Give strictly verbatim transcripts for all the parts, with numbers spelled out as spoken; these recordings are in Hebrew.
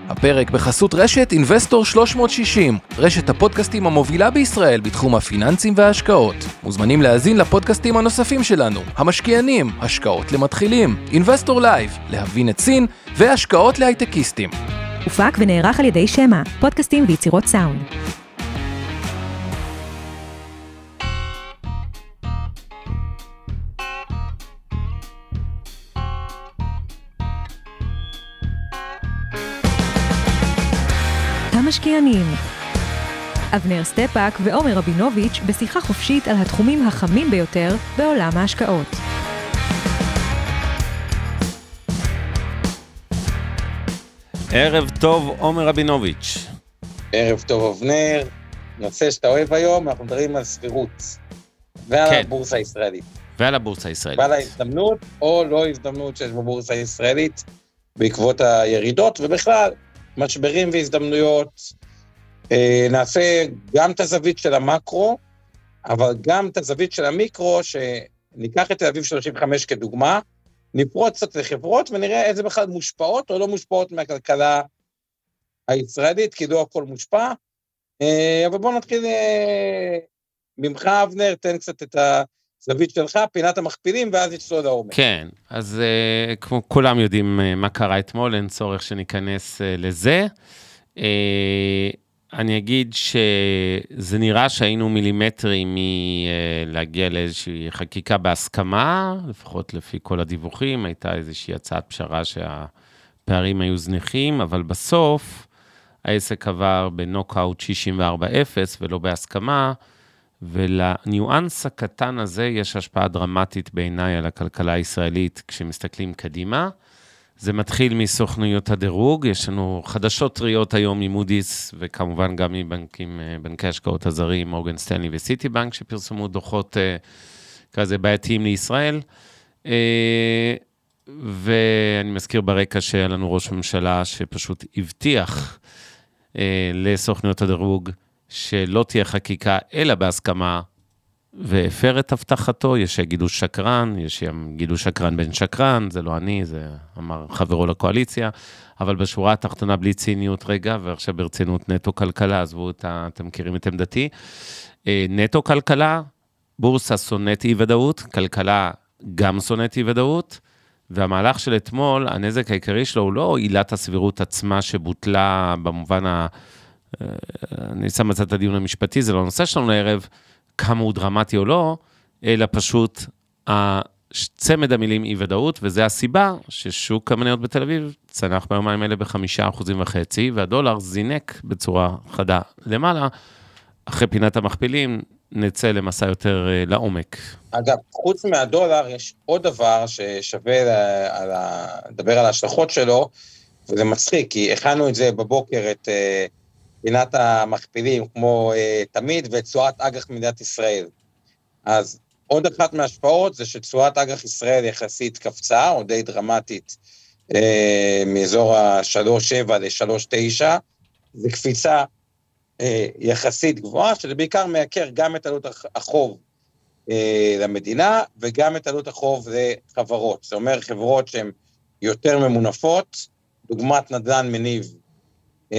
הפרק בחסות רשת Investor שלוש מאות שישים, רשת הפודקאסטים המובילה בישראל בתחום הפיננסים וההשקעות. מוזמנים להאזין לפודקאסטים הנוספים שלנו, המשקיענים, השקעות למתחילים, Investor Live, להבין את סין והשקעות להייטקיסטים. הופק ונערך על ידי שמה, פודקאסטים ויצירות סאונד. המשקיענים. אבנר סטפאק ועומר רבינוביץ' בשיחה חופשית על התחומים החמים ביותר בעולם ההשקעות. ערב טוב, עומר רבינוביץ'. ערב טוב, אבנר. נושא שאתה אוהב היום, אנחנו מדברים על סבירות. ועל כן. הבורסה הישראלית. ועל הבורסה הישראלית. ועל ההזדמנות או לא הזדמנות שיש בבורסה הישראלית בעקבות הירידות, ובכלל, משברים והזדמנויות. נעשה גם את הזווית של המקרו, אבל גם את הזווית של המיקרו, שניקח את תל אביב שלושים וחמש כדוגמה, נפרוץ קצת לחברות, ונראה איזה בכלל מושפעות או לא מושפעות מהכלכלה הישראלית, כי לא הכל מושפע. אבל בואו נתחיל ממך, אבנר, תן קצת את הזווית שלך, פינת המכפילים, ואז יצלול לעומק. כן, אז כמו כולם יודעים מה קרה אתמול, אין צורך שניכנס לזה. אני אגיד שזה נראה שהיינו מילימטרים מלהגיע לאיזושהי חקיקה בהסכמה, לפחות לפי כל הדיווחים, הייתה איזושהי הצעת פשרה שהפערים היו זניחים, אבל בסוף העסק עבר בנוקאוט שישים וארבע אפס ולא בהסכמה, ולניואנס הקטן הזה יש השפעה דרמטית בעיניי על הכלכלה הישראלית כשמסתכלים קדימה. זה מתחיל מסוכנויות הדירוג, יש לנו חדשות טריות היום ממודיס, וכמובן גם מבנקים, בנקי השקעות הזרים, מורגן סטנלי וסיטי בנק, שפרסמו דוחות כזה בעייתיים לישראל. ואני מזכיר ברקע שהיה לנו ראש ממשלה שפשוט הבטיח לסוכנויות הדירוג, שלא תהיה חקיקה אלא בהסכמה, והפר את הבטחתו. יש שיגידו שקרן, יש שיגידו שקרן בן שקרן, זה לא אני, זה אמר חברו לקואליציה, אבל בשורה התחתונה בלי ציניות רגע, ועכשיו ברצינות נטו כלכלה, עזבו אותה, אתם מכירים את עמדתי, נטו כלכלה, בורסה שונאת אי ודאות, כלכלה גם שונאת אי ודאות, והמהלך של אתמול, הנזק העיקרי שלו הוא לא עילת הסבירות עצמה שבוטלה במובן ה... אני שם את הדיון המשפטי, זה לא נושא שלנו לערב, כמה הוא דרמטי או לא, אלא פשוט צמד המילים אי ודאות, וזה הסיבה ששוק המניות בתל אביב צנח ביומיים האלה בחמישה אחוזים וחצי, והדולר זינק בצורה חדה למעלה. אחרי פינת המכפילים נצא למסע יותר לעומק. אגב, חוץ מהדולר יש עוד דבר ששווה לדבר על ההשלכות שלו, וזה מצחיק, כי הכנו את זה בבוקר את פינת המכפילים, כמו uh, תמיד, ותשואת אג"ח מדינת ישראל. אז עוד אחת מההשפעות זה שתשואת אג"ח ישראל יחסית קפצה, או די דרמטית, uh, מאזור ה-שלוש שבע ל-שלוש תשע, זה קפיצה uh, יחסית גבוהה, שזה בעיקר מייקר גם את עלות החוב uh, למדינה, וגם את עלות החוב לחברות. זאת אומרת, חברות שהן יותר ממונפות, דוגמת נדל"ן מניב, uh,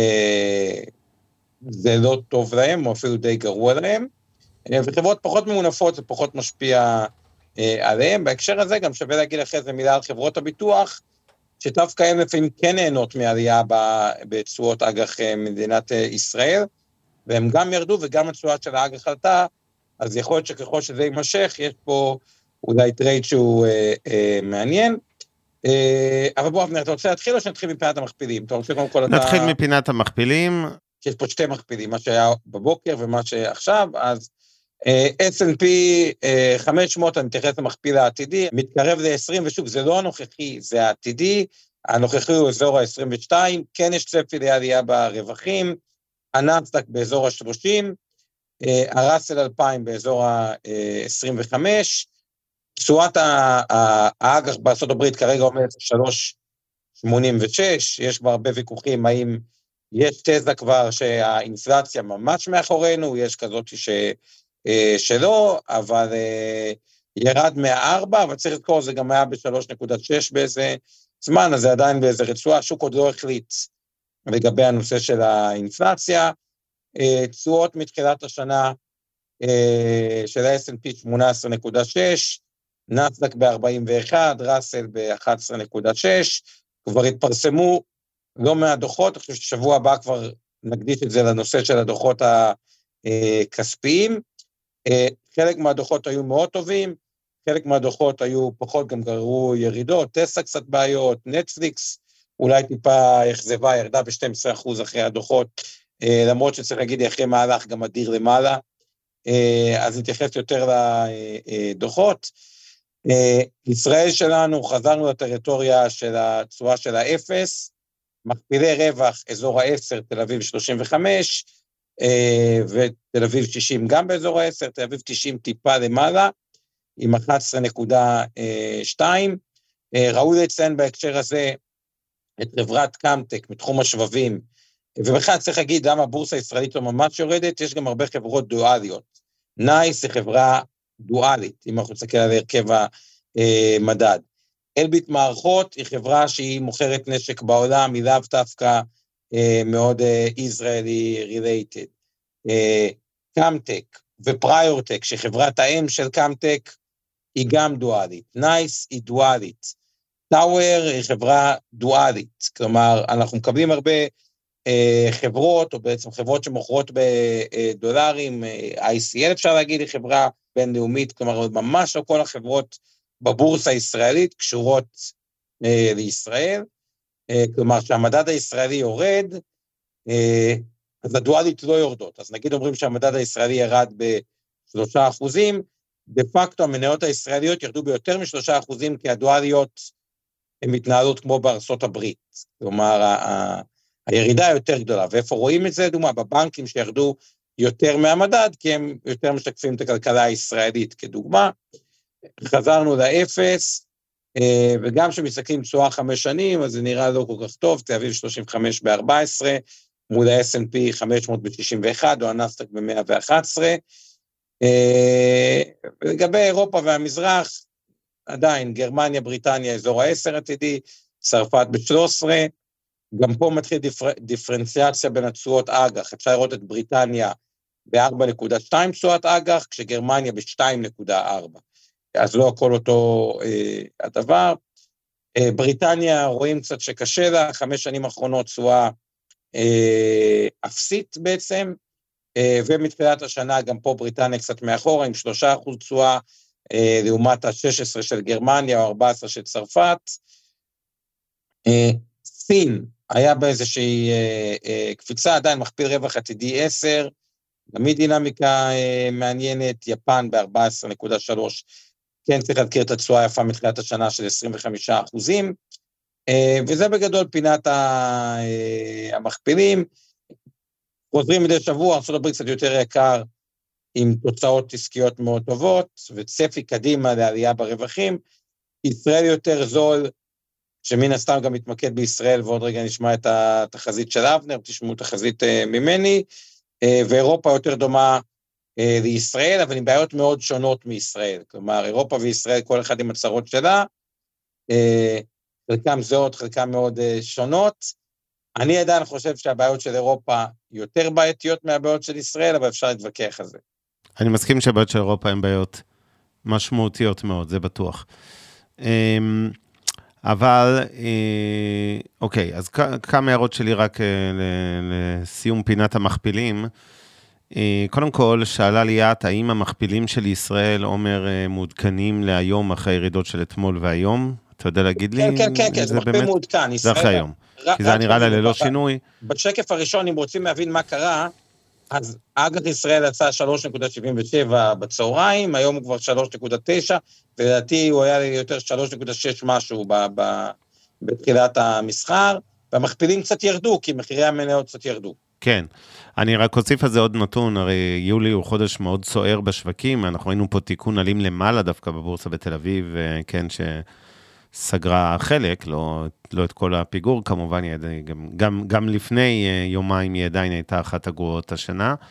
זה לא טוב להם, או אפילו די גרוע להם, וחברות פחות ממונפות, זה פחות משפיע אה, עליהם. בהקשר הזה גם שווה להגיד אחרי זה מילה על חברות הביטוח, שדווקא הם לפעמים כן נהנות מעלייה בתשואות אג"ח מדינת ישראל, והם גם ירדו וגם התשואה של האג"ח עלתה, אז יכול להיות שככל שזה יימשך, יש פה אולי טרייד שהוא אה, אה, מעניין. אה, אבל בוא, אבנר, אתה רוצה להתחיל או שנתחיל מפינת המכפילים? אתה רוצה קודם כל אתה... נתחיל מפינת המכפילים. יש פה שתי מכפילים, מה שהיה בבוקר ומה שעכשיו, אז אס אנד פי חמש מאות, אני מתייחס למכפיל העתידי, מתקרב ל-עשרים, ושוב, זה לא הנוכחי, זה העתידי, הנוכחי הוא אזור ה-עשרים ושתיים, כן יש צפי לעלייה ברווחים, הנאסד"ק באזור ה-שלושים, הראסל אלפיים באזור ה-עשרים וחמש, תשואת האג"ח בארצות הברית כרגע עומדת שלוש שמונים ושש, יש כבר הרבה ויכוחים האם יש תזה כבר שהאינפלציה ממש מאחורינו, יש כזאת ש, שלא, אבל ירד מהארבע, אבל צריך לזכור, זה גם היה ב-שלוש נקודה שש באיזה זמן, אז זה עדיין באיזה רצועה, השוק עוד לא החליט לגבי הנושא של האינפלציה, תשואות מתחילת השנה של ה-אס אנד פי שמונה עשרה נקודה שש, נאסד"ק ב-ארבעים ואחת, ראסל ב-אחת עשרה נקודה שש, כבר התפרסמו לא מהדוחות, אני חושב ששבוע הבא כבר נקדיש את זה לנושא של הדוחות הכספיים, חלק מהדוחות היו מאוד טובים, חלק מהדוחות היו פחות, גם גררו ירידות, טסלה קצת בעיות, נטפליקס, אולי טיפה יחזבה, ירדה ב-שנים עשר אחוז אחרי הדוחות, למרות שצריך להגיד, אחרי מהלך גם אדיר למעלה, אז נתייחס יותר לדוחות. ישראל שלנו, חזרנו לטריטוריה של התשואה של האפס, מכפילי רווח, אזור ה-עשר, תל אביב שלושים וחמש, ותל אביב שישים גם באזור ה-עשר, תל אביב תשעים טיפה למעלה, עם אחת עשרה נקודה שתיים, ראוי לציין בהקשר הזה, את חברת קמטק מתחום השבבים, ובכלל צריך להגיד למה הבורסה הישראלית לא ממש יורדת, יש גם הרבה חברות דואליות. נייס היא חברה דואלית, אם אנחנו נסתכל על הרכב המדד. אלביט מערכות היא חברה שהיא מוכרת נשק בעולם, היא לאו דווקא מאוד ישראלי רילייטד. קמטק ופריורטק, שחברת האם של קמטק, היא גם דואלית. נייס היא דואלית. טאוור היא חברה דואלית, כלומר, אנחנו מקבלים הרבה אה, חברות, או בעצם חברות שמוכרות בדולרים, איי סי אל אפשר להגיד, היא חברה בינלאומית, כלומר, ממש לא כל החברות בבורסה הישראלית קשורות אה, לישראל, אה, כלומר, שהמדד הישראלי יורד, אה, אז הדואלית לא יורדות, אז נגיד אומרים שהמדד הישראלי ירד בשלושה אחוזים, דה פקטו המניות הישראליות ירדו ביותר משלושה אחוזים, כי הדואליות הן מתנהלות כמו בארצות הברית, כלומר, ה- ה- הירידה יותר גדולה, ואיפה רואים את זה, דוגמה, בבנקים שירדו יותר מהמדד, כי הם יותר משתקפים את הכלכלה הישראלית כדוגמה, חזרנו לאפס, וגם שמסתכלים תשואה חמש שנים, אז זה נראה לא כל כך טוב, תל אביב שלושים וחמש ב-ארבע עשרה, מול ה-אס אנד פי חמש מאות ב-תשעים ואחת, או הנאסד"ק ב-מאה ואחת עשרה, ולגבי אירופה והמזרח, עדיין, גרמניה, בריטניה, אזור ה-עשר עתידי, צרפת ב-שלוש עשרה, גם פה מתחיל דיפר... דיפרנציאציה בין התשואות אג"ח, אפשר לראות את בריטניה ב-ארבע נקודה שתיים תשואת אג"ח, כשגרמניה ב-שתיים נקודה ארבע, אז לא הכל אותו אה, הדבר. אה, בריטניה רואים קצת שקשה לה, חמש שנים האחרונות תשואה אה, אפסית בעצם, אה, ומתחילת השנה גם פה בריטניה קצת מאחורה, עם שלושה אחוז תשואה, אה, לעומת ה-שש עשרה של גרמניה, או ארבע עשרה של צרפת. אה, סין היה באיזושהי אה, אה, קפיצה, עדיין מכפיל רווח עתידי עשר, גם היא דינמיקה אה, מעניינת, יפן ב-ארבע עשרה נקודה שלוש, כן צריך להזכיר את התשואה היפה מתחילת השנה של עשרים וחמישה אחוזים, אה, וזה בגדול פינת ה, אה, המכפילים, חוזרים מדי שבוע, ארצות הברית קצת יותר יקר, עם תוצאות עסקיות מאוד טובות, וצפי קדימה לעלייה ברווחים, ישראל יותר זול, שמן הסתם גם מתמקד בישראל, ועוד רגע נשמע את התחזית של אבנר, תשמעו תחזית ממני, ואירופה יותר דומה לישראל, אבל עם בעיות מאוד שונות מישראל, כלומר, אירופה וישראל, כל אחד עם הצרות שלה, חלקם זהות, חלקם מאוד שונות, אני עדיין חושב שהבעיות של אירופה יותר בעייתיות מהבעיות של ישראל, אבל אפשר להתווכח על זה. אני מסכים שהבעיות של אירופה הן בעיות משמעותיות מאוד, זה בטוח. אבל, אוקיי, אז כמה הערות שלי רק לסיום פינת המכפילים. קודם כל, שאלה ליאת, האם המכפילים של ישראל, עומר, מעודכנים להיום אחרי הירידות של אתמול והיום? אתה יודע להגיד לי? כן, כן, כן, כן, זה מכפיל מעודכן. זה אחרי היום. כי זה נראה לה ללא שינוי. בשקף הראשון, אם רוצים להבין מה קרה, אז אג"ח ישראל יצא שלוש נקודה שבעים ושבע בצהריים, היום הוא כבר שלוש נקודה תשע, ולדעתי הוא היה יותר שלוש נקודה שש משהו ב- ב- בתחילת המסחר, והמכפילים קצת ירדו, כי מחירי המניות קצת ירדו. כן, אני רק אוסיף על זה עוד נתון, הרי יולי הוא חודש מאוד סוער בשווקים, אנחנו ראינו פה תיקון עלים למעלה דווקא בבורסה בתל אביב, כן, שסגרה חלק, לא, לא את כל הפיגור, כמובן, גם, גם, גם לפני יומיים היא עדיין הייתה אחת הגרועות השנה,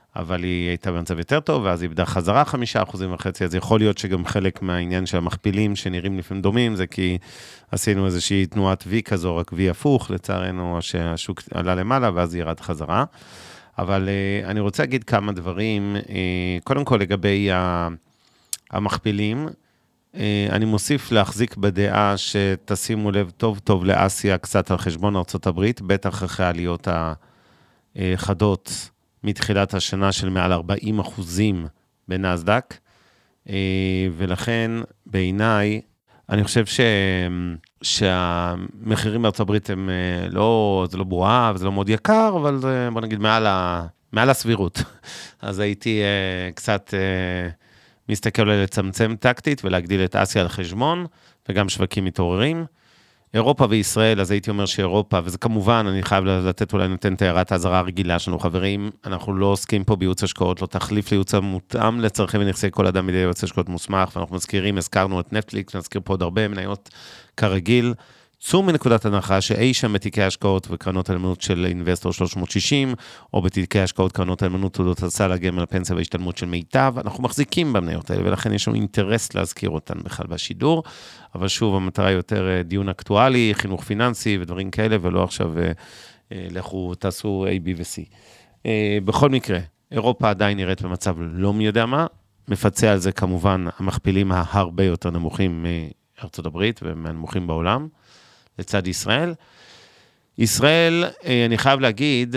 אבל היא הייתה במצב יותר טוב, ואז היא איבדה חזרה חמישה אחוזים וחצי, אז יכול להיות שגם חלק מהעניין של המכפילים שנראים לפעמים דומים, זה כי עשינו איזושהי תנועת V כזו, רק V הפוך, לצערנו שהשוק עלה למעלה, ואז היא ירד חזרה. אבל uh, אני רוצה להגיד כמה דברים, uh, קודם כל לגבי ה- המכפילים, uh, אני מוסיף להחזיק בדעה שתשימו לב טוב טוב לאסיה, קצת על חשבון ארצות הברית, בטח אחרי העליות החדות, מתחילת השנה של מעל ארבעים אחוזים בנאסד"ק, ולכן בעיניי, אני חושב ש... שהמחירים בארצות הברית הם לא, זה לא בועה, וזה לא מאוד יקר, אבל זה, בוא נגיד, מעל, ה... מעל הסבירות. אז הייתי קצת מסתכל אולי לצמצם טקטית, ולהגדיל את אסיה על חשבון, וגם שווקים מתעוררים. אירופה וישראל, אז הייתי אומר שאירופה, וזה כמובן, אני חייב לתת אולי נותן את הערת ההזרה הרגילה שלנו, חברים, אנחנו לא עוסקים פה בייעוץ השקעות, לא תחליף לייעוץ המותאם לצרכים ונכסי כל אדם בידי ייעוץ השקעות מוסמך, ואנחנו מזכירים, הזכרנו את נטפליקס, נזכיר פה עוד הרבה מניות כרגיל, צאו מנקודת הנחה שאי שם בתיקי השקעות וקרנות הנאמנות של אינבסטור שלוש מאות שישים, או בתיקי השקעות קרנות הנאמנות תעודות הסל, הגמל, הפנסיה וההשתלמות של מיטב, אנחנו מחזיקים במניות האלה, ולכן יש לנו אינטרס להזכיר אותן בכלל בשידור, אבל שוב, המטרה יותר דיון אקטואלי, חינוך פיננסי ודברים כאלה, ולא עכשיו לכו, תעשו A, B ו-C. בכל מקרה, אירופה עדיין נראית במצב לא מי יודע מה, מפצה על זה כמובן המכפילים הרבה יותר נמוכים מארצות הברית ומהנמוכים בעולם, לצד ישראל. ישראל, אני חייב להגיד,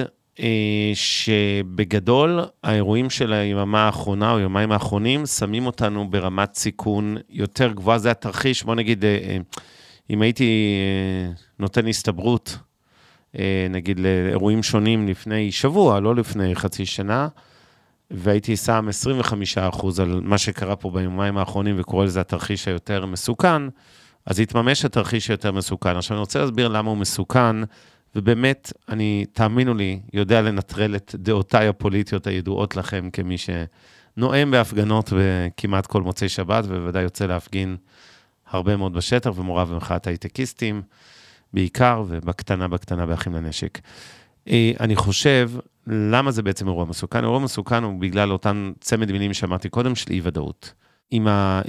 שבגדול, האירועים של היממה האחרונה, או יומיים האחרונים, שמים אותנו ברמת סיכון יותר גבוהה. זה התרחיש, בוא נגיד, אם הייתי נותן הסתברות, נגיד, לאירועים שונים לפני שבוע, לא לפני חצי שנה, והייתי שם עשרים וחמישה אחוז על מה שקרה פה ביומיים האחרונים, וקורא לזה התרחיש היותר מסוכן, אז יתממש התרחיש היותר מסוכן. עכשיו אני רוצה להסביר למה הוא מסוכן, ובאמת, אני, תאמינו לי, יודע לנטרל את דעותיי הפוליטיות הידועות לכם, כמי שנואם בהפגנות וכמעט כל מוצאי שבת, ובוודאי יוצא להפגין הרבה מאוד בשטח, ומורה במחאת הייטקיסטים, בעיקר, ובקטנה בקטנה באחים לנשק. אני חושב, למה זה בעצם אירוע מסוכן? אירוע מסוכן הוא בגלל אותן צמד מילים שאמרתי קודם, של אי ודאות. אם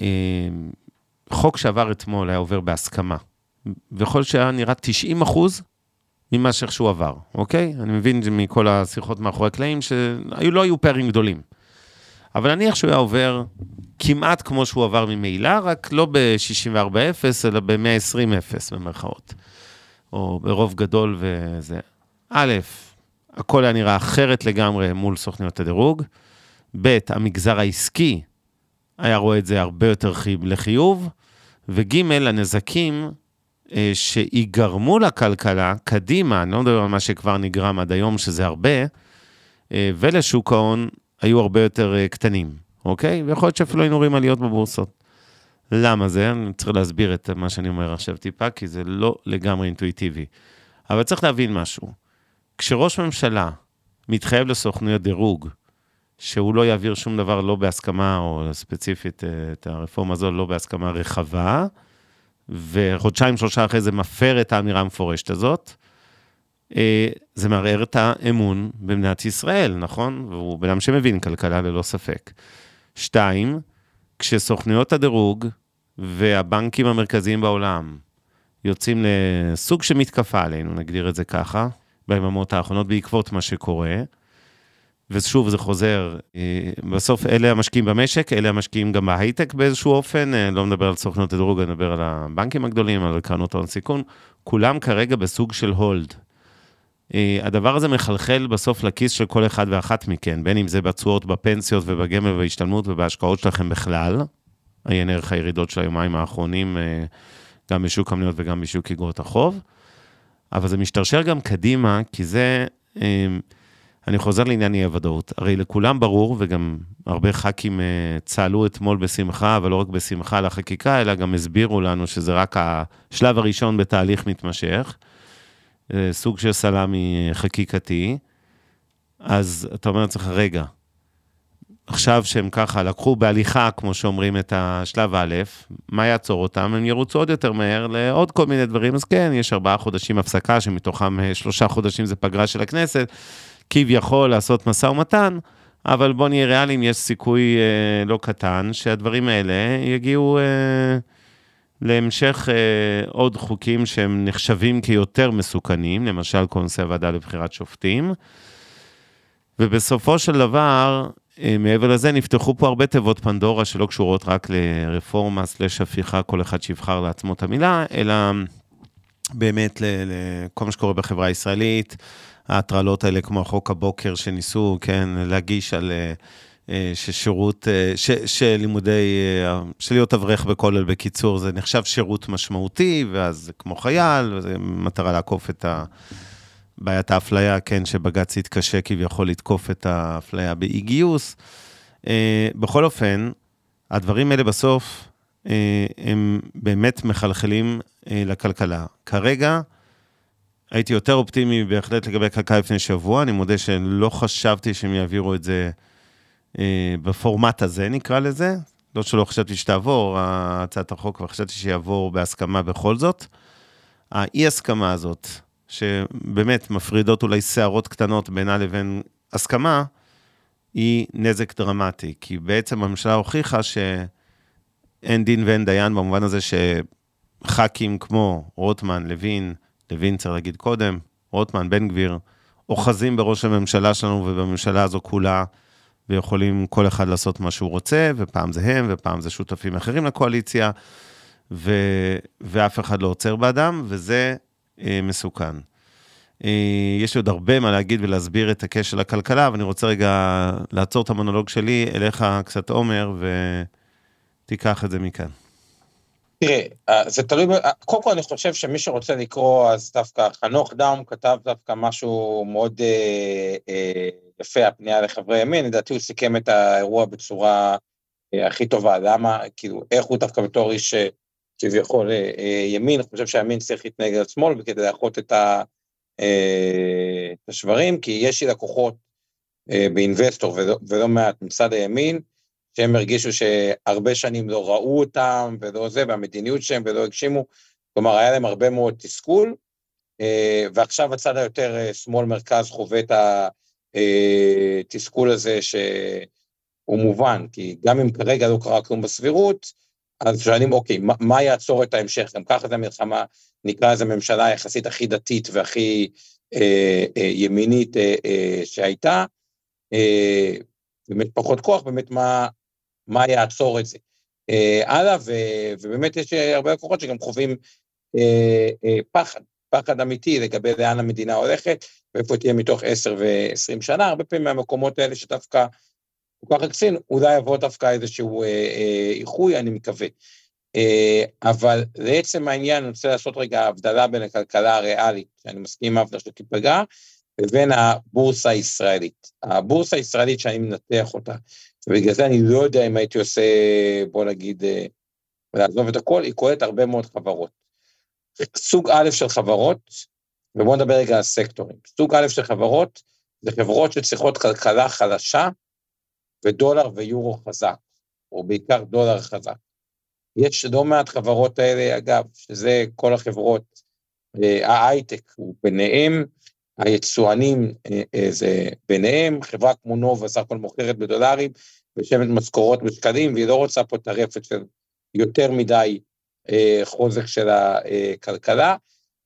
החוק שעבר אתמול היה עובר בהסכמה, וכל שהיה נראה תשעים אחוז, ממה שאיכשהו עבר, אוקיי? אני מבין מכל השיחות מאחורי הקלעים, שלא היו פערים גדולים. אבל נניח שהוא היה עובר כמעט כמו שהוא עבר ממילא, רק לא ב-שישים וארבע אפס, אלא ב-מאה ועשרים אפס במרכאות. או ברוב גדול וזה. א', הכל היה נראה אחרת לגמרי מול סוכניות הדירוג. ב', המגזר העסקי היה רואה את זה הרבה יותר לחיוב. וג', הנזקים שיגרמו לכלכלה, קדימה, אני לא מדבר על מה שכבר נגרם עד היום, שזה הרבה, ולשוק ההון היו הרבה יותר קטנים, אוקיי? ויכול להיות שאפילו היינו רואים עליות בבורסות. למה זה? אני צריך להסביר את מה שאני אומר עכשיו טיפה, כי זה לא לגמרי אינטואיטיבי. אבל צריך להבין משהו. כשראש ממשלה מתחייב לסוכנויות דירוג, שהוא לא יעביר שום דבר לא בהסכמה, או ספציפית את הרפורמה הזו, לא בהסכמה רחבה, וחודשיים שלושה אחרי זה מפר את האמירה המפורשת הזאת, זה מערער את האמון במדינת ישראל, נכון? והוא בן אדם שמבין כלכלה ללא ספק. שתיים, כשסוכנויות הדירוג והבנקים המרכזיים בעולם יוצאים לסוג שמתקפה עלינו, נגדיר את זה ככה, ביממות האחרונות בעקבות מה שקורה, ושוב זה חוזר, בסוף אלה המשקיעים במשק, אלה המשקיעים גם בהייטק באיזשהו אופן, לא מדבר על סוכנות הדירוג, אני מדבר על הבנקים הגדולים, על קרנות ההון סיכון, כולם כרגע בסוג של הולד. הדבר הזה מחלחל בסוף לכיס של כל אחד ואחת מכן, בין אם זה בתשואות, בפנסיות ובגמל ובהשתלמות ובהשקעות שלכם בכלל, עיין ערך הירידות של היומיים האחרונים, גם בשוק המניות וגם בשוק איגרות החוב, אבל זה משתרשר גם קדימה, כי זה... אני חוזר לעניין אי הוודאות. הרי לכולם ברור, וגם הרבה ח"כים צהלו אתמול בשמחה, אבל לא רק בשמחה על החקיקה, אלא גם הסבירו לנו שזה רק השלב הראשון בתהליך מתמשך, סוג של סלמי חקיקתי. אז אתה אומר לעצמך, רגע, עכשיו שהם ככה לקחו בהליכה, כמו שאומרים את השלב א', מה יעצור אותם? הם ירוצו עוד יותר מהר לעוד כל מיני דברים. אז כן, יש ארבעה חודשים הפסקה, שמתוכם שלושה חודשים זה פגרה של הכנסת, כביכול לעשות משא ומתן, אבל בוא נהיה ריאליים, יש סיכוי אה, לא קטן שהדברים האלה יגיעו אה, להמשך אה, עוד חוקים שהם נחשבים כיותר מסוכנים, למשל כונסי הוועדה לבחירת שופטים, ובסופו של דבר, אה, מעבר לזה, נפתחו פה הרבה תיבות פנדורה שלא קשורות רק לרפורמה, סלש הפיכה, כל אחד שיבחר לעצמו את המילה, אלא באמת לכל מה שקורה בחברה הישראלית, ההטרלות האלה כמו החוק הבוקר שניסו, כן, להגיש על ששירות, שלימודי, שלהיות אברך בכולל בקיצור, זה נחשב שירות משמעותי, ואז זה כמו חייל, וזה מטרה לעקוף את בעיית האפליה, כן, שבג"ץ יתקשה כביכול לתקוף את האפליה באי גיוס. בכל אופן, הדברים האלה בסוף, הם באמת מחלחלים לכלכלה. כרגע, הייתי יותר אופטימי בהחלט לגבי הכלכלה לפני שבוע, אני מודה שלא חשבתי שהם יעבירו את זה אה, בפורמט הזה, נקרא לזה, לא שלא חשבתי שתעבור הצעת החוק, וחשבתי שיעבור בהסכמה בכל זאת. האי הסכמה הזאת, שבאמת מפרידות אולי שערות קטנות בינה לבין הסכמה, היא נזק דרמטי, כי בעצם הממשלה הוכיחה שאין דין ואין דיין, במובן הזה שח"כים כמו רוטמן, לוין, לוין צריך להגיד קודם, רוטמן, בן גביר, אוחזים בראש הממשלה שלנו ובממשלה הזו כולה, ויכולים כל אחד לעשות מה שהוא רוצה, ופעם זה הם, ופעם זה שותפים אחרים לקואליציה, ו... ואף אחד לא עוצר באדם, וזה אה, מסוכן. אה, יש לי עוד הרבה מה להגיד ולהסביר את הקשר לכלכלה, אבל אני רוצה רגע לעצור את המונולוג שלי, אליך קצת עומר, ותיקח את זה מכאן. תראה, זה תלוי, קודם כל אני חושב שמי שרוצה לקרוא, אז דווקא חנוך דם כתב דווקא משהו מאוד אה, אה, יפה, הפנייה לחברי ימין, לדעתי הוא סיכם את האירוע בצורה אה, הכי טובה, למה, כאילו, איך הוא דווקא בתור איש כביכול אה, אה, ימין, אני חושב שהימין צריך להתנהג על שמאל, וכדי לאחות את אה, השברים, כי יש לי לקוחות אה, באינבסטור, ולא, ולא מעט מצד הימין, שהם הרגישו שהרבה שנים לא ראו אותם, ולא זה, והמדיניות שהם ולא הגשימו, כלומר, היה להם הרבה מאוד תסכול, ועכשיו הצד היותר שמאל מרכז חווה את התסכול הזה, שהוא מובן, כי גם אם כרגע לא קרה כלום בסבירות, אז שואלים, אוקיי, מה, מה יעצור את ההמשך? גם ככה זה מלחמה, נקרא איזו ממשלה יחסית הכי דתית, והכי אה, אה, ימינית אה, אה, שהייתה, אה, באמת פחות כוח, באמת מה, מה יעצור את זה. אה, הלאה, ו, ובאמת יש הרבה לקוחות שגם חווים אה, אה, פחד, פחד אמיתי לגבי לאן המדינה הולכת, ואיפה תהיה מתוך עשר ועשרים שנה, הרבה פעמים מהמקומות האלה שדווקא כל כך הקצין, אולי יבוא דווקא איזשהו אה, אה, איחוי, אני מקווה. אה, אבל לעצם העניין, אני רוצה לעשות רגע הבדלה בין הכלכלה הריאלית, שאני מסכים עם ההבדלה שתיפגע, לבין הבורסה הישראלית. הבורסה הישראלית שאני מנתח אותה, ובגלל זה אני לא יודע אם הייתי עושה, בוא נגיד, לעזוב את הכל, היא כוללת הרבה מאוד חברות. סוג א' של חברות, ובואו נדבר רגע על סקטורים. סוג א' של חברות, זה חברות שצריכות כלכלה חלשה, ודולר ויורו חזק, או בעיקר דולר חזק. יש לא מעט חברות האלה, אגב, שזה כל החברות, ההייטק הוא ביניהם, היצואנים זה ביניהם, חברה כמו נובה, סך הכל מוכרת בדולרים, ושמת משכורות בשקלים, והיא לא רוצה פה טרפת של יותר מדי חוזק של הכלכלה,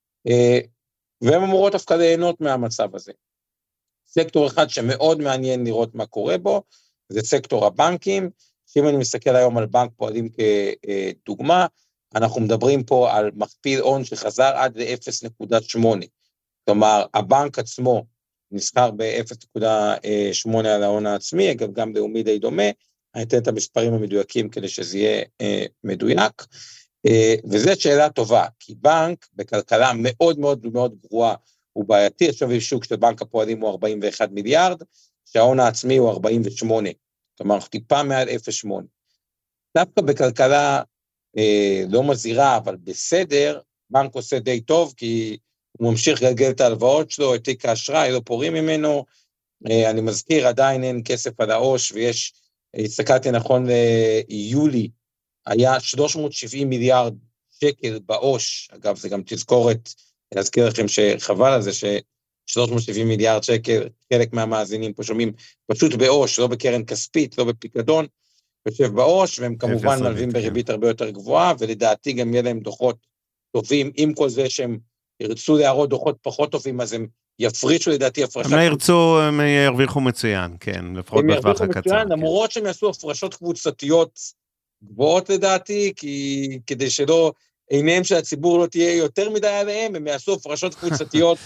והן אמורות דווקא ליהנות מהמצב הזה. סקטור אחד שמאוד מעניין לראות מה קורה בו, זה סקטור הבנקים, שאם אני מסתכל היום על בנק פועלים כדוגמה, אנחנו מדברים פה על מכפיל הון שחזר עד ל-אפס נקודה שמונה, כלומר, הבנק עצמו נסחר ב-אפס נקודה שמונה על ההון העצמי, אגב גם לאומי די דומה, אני אתן את המספרים המדויקים כדי שזה יהיה אה, מדויק, אה, וזו שאלה טובה, כי בנק בכלכלה מאוד מאוד מאוד גרועה, הוא בעייתי, עכשיו שוק של בנק הפועלים הוא ארבעים ואחד מיליארד, שההון העצמי הוא ארבעים ושמונה, כלומר, אנחנו טיפה מעל אפס נקודה שמונה. דווקא בכלכלה אה, לא מזהירה, אבל בסדר, בנק עושה די טוב, כי הוא ממשיך לגלגל את ההלוואות שלו, את תיק האשראי, לא פורים ממנו, אני מזכיר, עדיין אין כסף על העו"ש, ויש, הסתכלתי נכון ליולי, היה שלוש מאות ושבעים מיליארד שקל בעו"ש, אגב זה גם תזכורת, להזכיר לכם שחבל על זה, שלוש מאות ושבעים מיליארד שקל, חלק מהמאזינים פה שומעים פשוט בעו"ש, לא בקרן כספית, לא בפיקדון, יושב בעו"ש, והם כמובן מלווים בריבית הרבה יותר גבוהה, ולדעתי גם יהיה להם דוחות טובים, עם כל זה שהם ירצו להראות דוחות פחות טובים, אז הם יפרישו לדעתי הפרשה. הם לא ירצו, הם ירוויחו מצוין, כן, לפחות בטווח הקצר. למרות שהם יעשו הפרשות קבוצתיות גבוהות לדעתי, כי כדי שלא, עיניהם של הציבור לא תהיה יותר מדי עליהם, הם יעשו הפרשות קבוצתיות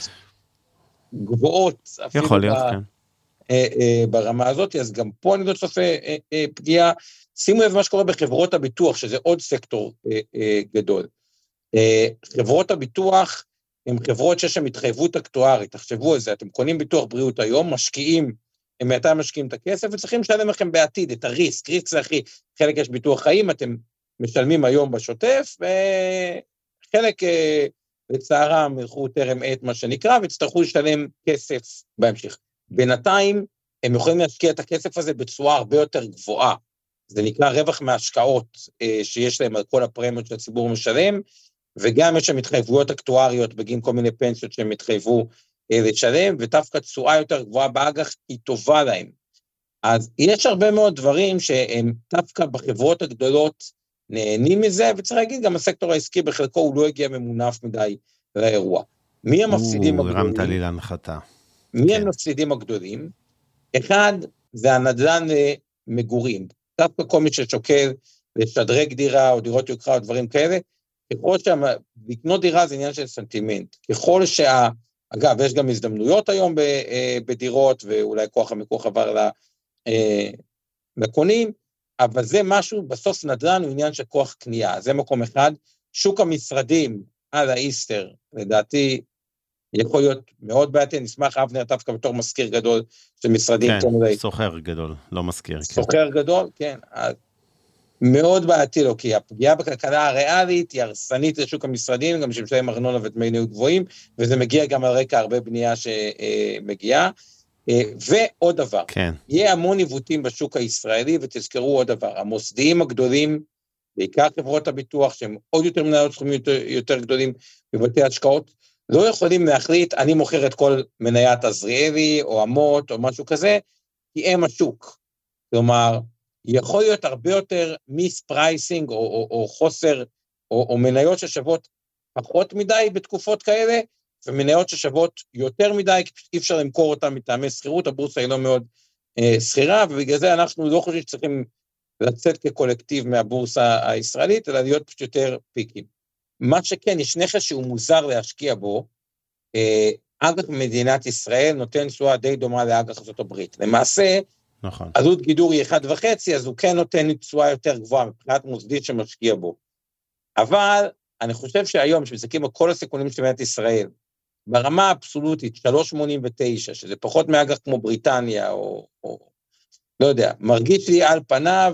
גבוהות. יכול להיות, כן. ברמה הזאת, אז גם פה אני לא צופה פגיעה. שימו לב מה שקורה בחברות הביטוח, שזה עוד סקטור גדול. חברות הביטוח הן חברות שיש שם התחייבות אקטוארית, תחשבו על זה, אתם קונים ביטוח בריאות היום, משקיעים, הם מתי משקיעים את הכסף, וצריכים לשלם לכם בעתיד את הריסק, ריסק זה הכי, חלק יש ביטוח חיים, אתם משלמים היום בשוטף, וחלק לצערם ילכו טרם עת מה שנקרא, וצטרכו לשלם כסף בהמשך. בינתיים הם יכולים להשקיע את הכסף הזה בצורה הרבה יותר גבוהה, זה נקרא רווח מהשקעות שיש להם על כל הפרמיות שהציבור משלם, וגם יש שם התחייבויות אקטואריות בגין כל מיני פנסיות שהם התחייבו לשלם, ודווקא תשואה יותר גבוהה באג"ח היא טובה להם. אז יש הרבה מאוד דברים שהם דווקא בחברות הגדולות נהנים מזה, וצריך להגיד גם הסקטור העסקי בחלקו הוא לא הגיע ממונף מדי לאירוע. מי המפסידים הגדולים? הרמת לי להנחתה. מי המפסידים הגדולים? אחד זה הנדל"ן למגורים. דווקא כל מי ששוקל לשדרג דירה או דירות יוקרה או דברים כאלה, ככל שלקנות דירה זה עניין של סנטימנט, ככל שה, אגב, יש גם הזדמנויות היום בדירות, ואולי כוח המיקוח עבר לקונים, אבל זה משהו, בסוף נדל"ן הוא עניין של כוח קנייה, זה מקום אחד. שוק המשרדים על האיסטר, לדעתי, יכול להיות מאוד בעייתי, נשמח אבנר דווקא בתור מזכיר גדול של משרדים. כן, סוחר גדול, לא מזכיר. סוחר גדול, כן, מאוד בעייתי לו, כי הפגיעה בכלכלה הריאלית היא הרסנית לשוק המשרדים, גם שמשלם ארנונה ודמי ניהול גבוהים, וזה מגיע גם על רקע הרבה בנייה שמגיעה. ועוד דבר, כן. יהיה המון עיוותים בשוק הישראלי, ותזכרו עוד דבר, המוסדיים הגדולים, בעיקר חברות הביטוח, שהם עוד יותר מנהלות סכומים יותר, יותר גדולים בבתי השקעות, לא יכולים להחליט, אני מוכר את כל מניית עזריאלי, או עמות, או משהו כזה, כי הם השוק. כלומר, יכול להיות הרבה יותר מיס פרייסינג, או, או, או חוסר, או, או מניות ששוות פחות מדי בתקופות כאלה, ומניות ששוות יותר מדי, כי אי אפשר למכור אותם מטעמי סחירות, הבורסה היא לא מאוד אה, סחירה, ובגלל זה אנחנו לא חושבים שצריכים לצאת כקולקטיב מהבורסה הישראלית, אלא להיות פשוט יותר פיקים. מה שכן, יש נכס שהוא מוזר להשקיע בו, אה, אג"ח במדינת ישראל נותן תשואה די דומה לאג"ח ארצות הברית. למעשה, נכון. עלות גידור היא אחד וחצי, אז הוא כן נותן תשואה יותר גבוהה, מבחינת מוסדית שמשקיע בו. אבל אני חושב שהיום, שמסתכלים על כל הסיכונים של מדינת ישראל, ברמה האבסולוטית, שלוש שמונים ותשע, שזה פחות מאג"ח כמו בריטניה, או, או לא יודע, מרגיש לי על פניו,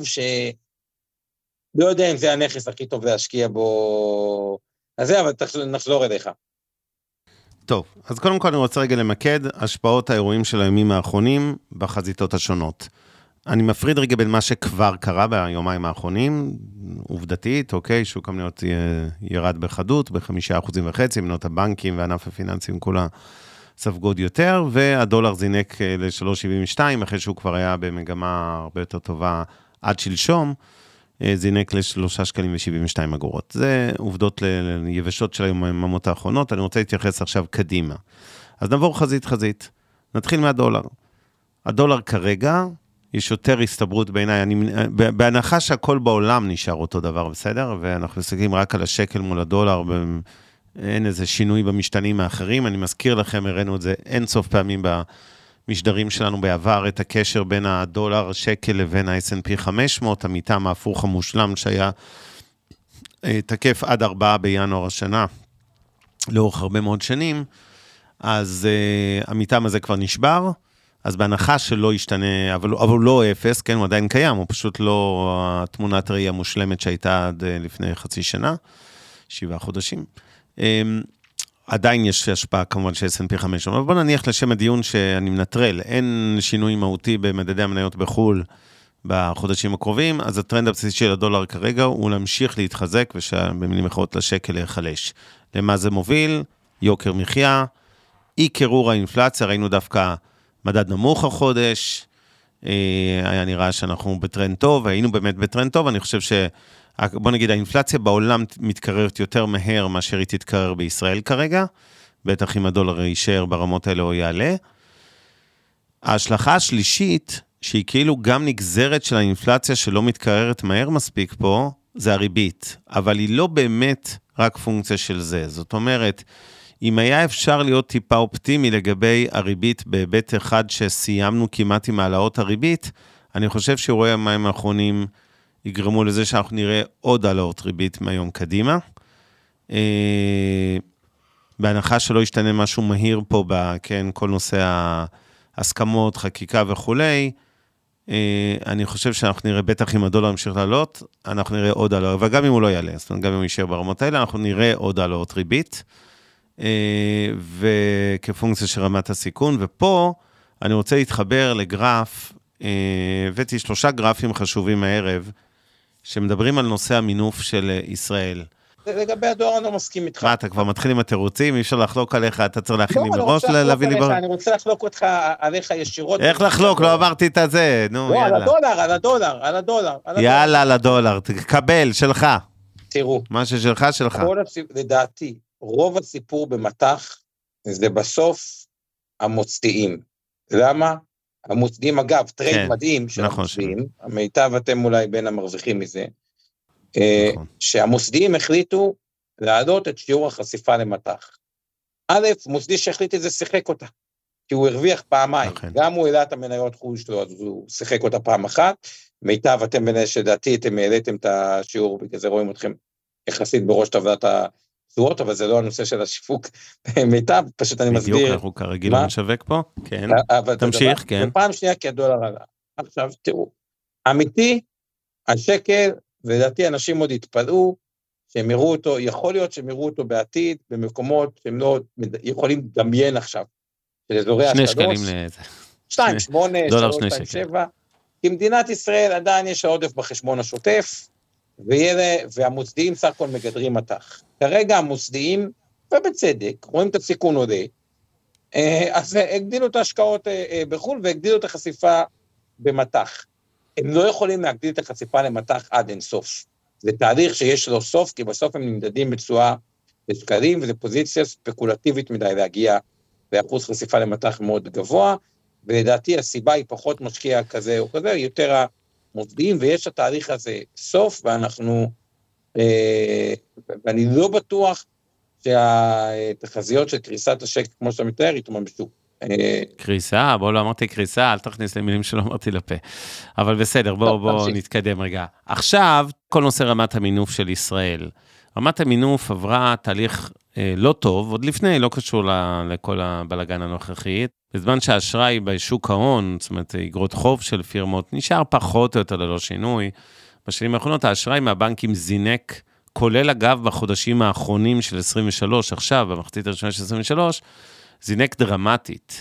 שלא יודע אם זה הנכס הכי טוב להשקיע בו, אז זה, אבל נחזור אליך. טוב, אז קודם כל אני רוצה רגע למקד, השפעות האירועים של הימים האחרונים, בחזיתות השונות. אני מפריד רגע בין מה שכבר קרה ביומיים האחרונים, עובדתית, אוקיי, שוק המניות ירד בחדות, בחמישה אחוזים וחצי, מניות הבנקים וענף הפיננסים כולה ספגו עוד יותר, והדולר זינק ל-שלוש שבעים ושתיים, אחרי שהוא כבר היה במגמה הרבה יותר טובה עד שלשום, זינק ל-שלושה שקלים ושבעים ושתיים אגורות. זה עובדות ליבשות של היממות האחרונות, אני רוצה להתייחס עכשיו קדימה. אז נעבור חזית חזית, נתחיל מהדולר. הדולר כרגע, יש יותר הסתברות בעיניי, אני, בהנחה שהכל בעולם נשאר אותו דבר, בסדר? ואנחנו מסתכלים רק על השקל מול הדולר, אין איזה שינוי במשתנים האחרים, אני מזכיר לכם, הראינו את זה אין סוף פעמים במשדרים שלנו בעבר, את הקשר בין הדולר, שקל לבין ה-אס אנד פי חמש מאות, המטעם ההפוך המושלם שהיה תקף עד ארבעה בינואר השנה, לאורך הרבה מאוד שנים, אז uh, המטעם הזה כבר נשבר, אז בהנחה שלא ישתנה, אבל, אבל הוא לא אפס, כן, הוא עדיין קיים, הוא פשוט לא התמונת ראי המושלמת שהייתה עד לפני חצי שנה, שבעה חודשים. עדיין יש השפעה כמובן של אס אנד פי חמש, אבל בוא נניח לשם הדיון שאני מנטרל, אין שינוי מהותי במדדי המניות בחול בחודשים הקרובים, אז הטרנד הבסיסי של הדולר כרגע הוא להמשיך להתחזק, ובמילים אחרות לשקל להיחלש. למה זה מוביל? יוקר מחיה, אי קירור האינפלציה, ראינו דווקא מדד נמוך החודש, היה נראה שאנחנו בטרנד טוב, היינו באמת בטרנד טוב, אני חושב ש... בוא נגיד, האינפלציה בעולם מתקררת יותר מהר מאשר היא תתקרר בישראל כרגע, בטח אם הדולר יישאר ברמות האלה או יעלה. ההשלכה השלישית, שהיא כאילו גם נגזרת של האינפלציה שלא מתקררת מהר מספיק פה, זה הריבית, אבל היא לא באמת רק פונקציה של זה. זאת אומרת, אם היה אפשר להיות טיפה אופטימי לגבי הריבית בהיבט אחד שסיימנו כמעט עם העלאות הריבית, אני חושב שאירועי המים האחרונים יגרמו לזה שאנחנו נראה עוד העלאות ריבית מהיום קדימה. בהנחה שלא ישתנה משהו מהיר פה, כן, כל נושא ההסכמות, חקיקה וכולי, אני חושב שאנחנו נראה, בטח אם הדולר ימשיך לעלות, אנחנו נראה עוד העלאות, וגם אם הוא לא יעלה, זאת אומרת, גם אם הוא יישאר ברמות האלה, אנחנו נראה עוד העלאות ריבית, וכפונקציה של רמת הסיכון, ופה אני רוצה להתחבר לגרף, הבאתי שלושה גרפים חשובים הערב, שמדברים על נושא המינוף של ישראל. לגבי הדואר אני לא מסכים איתך. מה, אתה כבר מתחיל עם התירוצים, אי אפשר לחלוק עליך, אתה צריך להכין לי מראש להביא לי בראש. אני רוצה לחלוק אותך עליך ישירות. איך לחלוק? לא עברתי את הזה, נו, יאללה. לא, על הדולר, על הדולר, על הדולר. יאללה, על הדולר, תקבל, שלך. תראו. מה ששלך, שלך. לדעתי, רוב הסיפור במתח, זה בסוף המוצאים. למה? המוצאים, אגב, טרייד מדהים של המוצאים, המיטב אתם אולי בין המרוויחים מזה, שהמוסדיים החליטו להעלות את שיעור החשיפה למתח. א', מוסדי שהחליט את זה שיחק אותה, כי הוא הרוויח פעמיים, גם הוא העלה את המניות חוץ שלו, אז הוא שיחק אותה פעם אחת, מיטב אתם בין שדעתי, אתם העליתם את השיעור, בגלל זה רואים אתכם יחסית בראש טבלת התשואות, אבל זה לא הנושא של השיווק מיטב, פשוט אני מסביר. בדיוק, אנחנו כרגיל לא נשווק פה, כן, תמשיך, כן. ופעם שנייה כי הדולר עלה. עכשיו, תראו, אמיתי, השקל, ולדעתי אנשים עוד התפלאו, שהם יראו אותו, יכול להיות שהם יראו אותו בעתיד, במקומות שהם לא יכולים לדמיין עכשיו, של אזורי השלוש. שני שקלים לאיזה. שתיים, שמונה, שלוש, שתיים, שבע. כי מדינת ישראל עדיין יש העודף בחשבון השוטף, והמוסדיים סך הכל מגדרים מתח. כרגע המוסדיים, ובצדק, רואים את הסיכון עולה, אז הגדילו את ההשקעות בחו"ל, והגדילו את החשיפה במתח. הם לא יכולים להגדיל את החשיפה למתח עד אין סוף. זה תהליך שיש לו סוף, כי בסוף הם נמדדים בצורה לשקלים, וזו פוזיציה ספקולטיבית מדי להגיע באחוז חשיפה למתח מאוד גבוה, ולדעתי הסיבה היא פחות משקיע כזה או כזה, יותר המוסדיים, ויש התהליך הזה סוף, ואנחנו, אה, ואני לא בטוח שהתחזיות של קריסת השקל, כמו שאתה מתאר, יתממשו. קריסה, בוא לא אמרתי קריסה, אל תכניס למילים שלא אמרתי לפה. אבל בסדר, בוא, בוא נתקדם רגע. עכשיו, כל נושא רמת המינוף של ישראל. רמת המינוף עברה תהליך אה, לא טוב, עוד לפני, לא קשור ל, לכל הבלגן הנוכחי. בזמן שהאשראי בשוק ההון, זאת אומרת, אגרות חוב של פירמות, נשאר פחות או יותר ללא שינוי. בשנים האחרונות, האשראי מהבנקים זינק, כולל אגב בחודשים האחרונים של עשרים ושלוש, עכשיו, במחצית הראשונה של עשרים ושלוש, זינק דרמטית,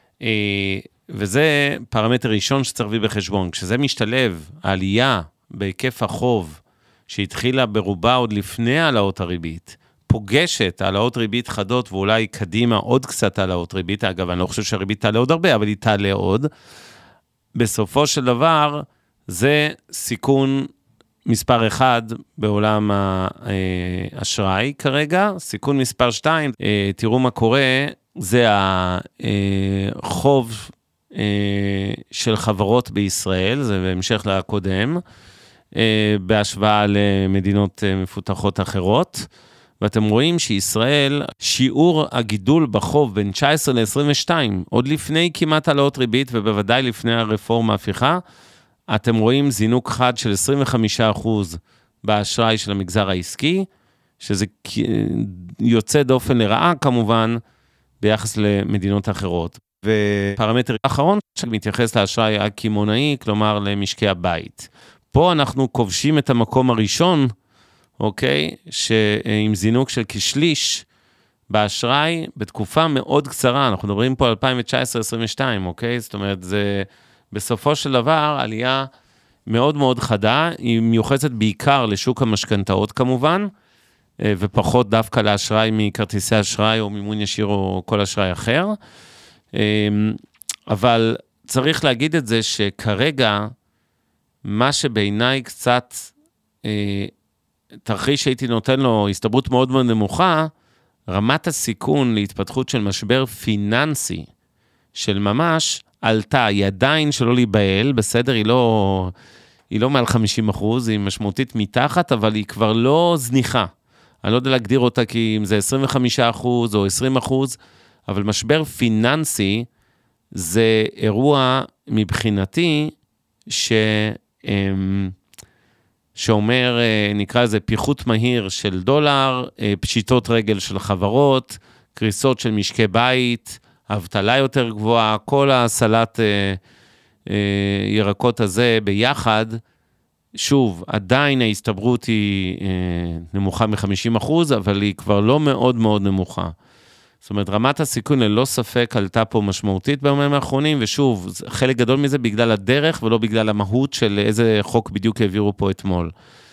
וזה פרמטר ראשון שצריך להביא בחשבון, כשזה משתלב, העלייה בהיקף החוב, שהתחילה ברובה עוד לפני העלאות הריבית, פוגשת העלאות ריבית חדות, ואולי קדימה עוד קצת העלאות ריבית, אגב, אני לא חושב שהריבית תעלה עוד הרבה, אבל היא תעלה עוד, בסופו של דבר, זה סיכון מספר אחד בעולם האשראי כרגע, סיכון מספר שתיים, תראו מה קורה, זה החוב של חברות בישראל, זה בהמשך לקודם, בהשוואה למדינות מפותחות אחרות, ואתם רואים שישראל, שיעור הגידול בחוב בין תשע עשרה ל-עשרים ושתיים, עוד לפני כמעט העלאות ריבית, ובוודאי לפני הרפורמה ההפיכה, אתם רואים זינוק חד של עשרים וחמישה אחוז באשראי של המגזר העסקי, שזה יוצא דופן לרעה כמובן, ביחס למדינות אחרות. ופרמטר האחרון שמתייחס לאשראי הקמעונאי, כלומר למשקי הבית. פה אנחנו כובשים את המקום הראשון, אוקיי, שעם זינוק של כשליש באשראי, בתקופה מאוד קצרה, אנחנו מדברים פה על אלפיים תשע עשרה עשרים ושתיים, אוקיי? זאת אומרת, זה בסופו של דבר עלייה מאוד מאוד חדה, היא מיוחסת בעיקר לשוק המשכנתאות כמובן, ופחות דווקא לאשראי מכרטיסי אשראי או מימון ישיר או כל אשראי אחר. אבל צריך להגיד את זה שכרגע, מה שבעיניי קצת, תרחיש שהייתי נותן לו הסתברות מאוד מאוד נמוכה, רמת הסיכון להתפתחות של משבר פיננסי של ממש עלתה, היא עדיין שלא להיבהל, בסדר, היא לא, היא לא מעל חמישים אחוז, היא משמעותית מתחת, אבל היא כבר לא זניחה. אני לא יודע להגדיר אותה כי אם זה עשרים וחמישה אחוז או עשרים אחוז, אבל משבר פיננסי זה אירוע מבחינתי ש... שאומר, נקרא לזה פיחות מהיר של דולר, פשיטות רגל של חברות, קריסות של משקי בית, אבטלה יותר גבוהה, כל הסלט ירקות הזה ביחד, שוב, עדיין ההסתברות היא נמוכה מ-חמישים אחוז, אבל היא כבר לא מאוד מאוד נמוכה. זאת אומרת, רמת הסיכון ללא ספק עלתה פה משמעותית בימים האחרונים, ושוב, חלק גדול מזה בגלל הדרך, ולא בגלל המהות של איזה חוק בדיוק העבירו פה אתמול.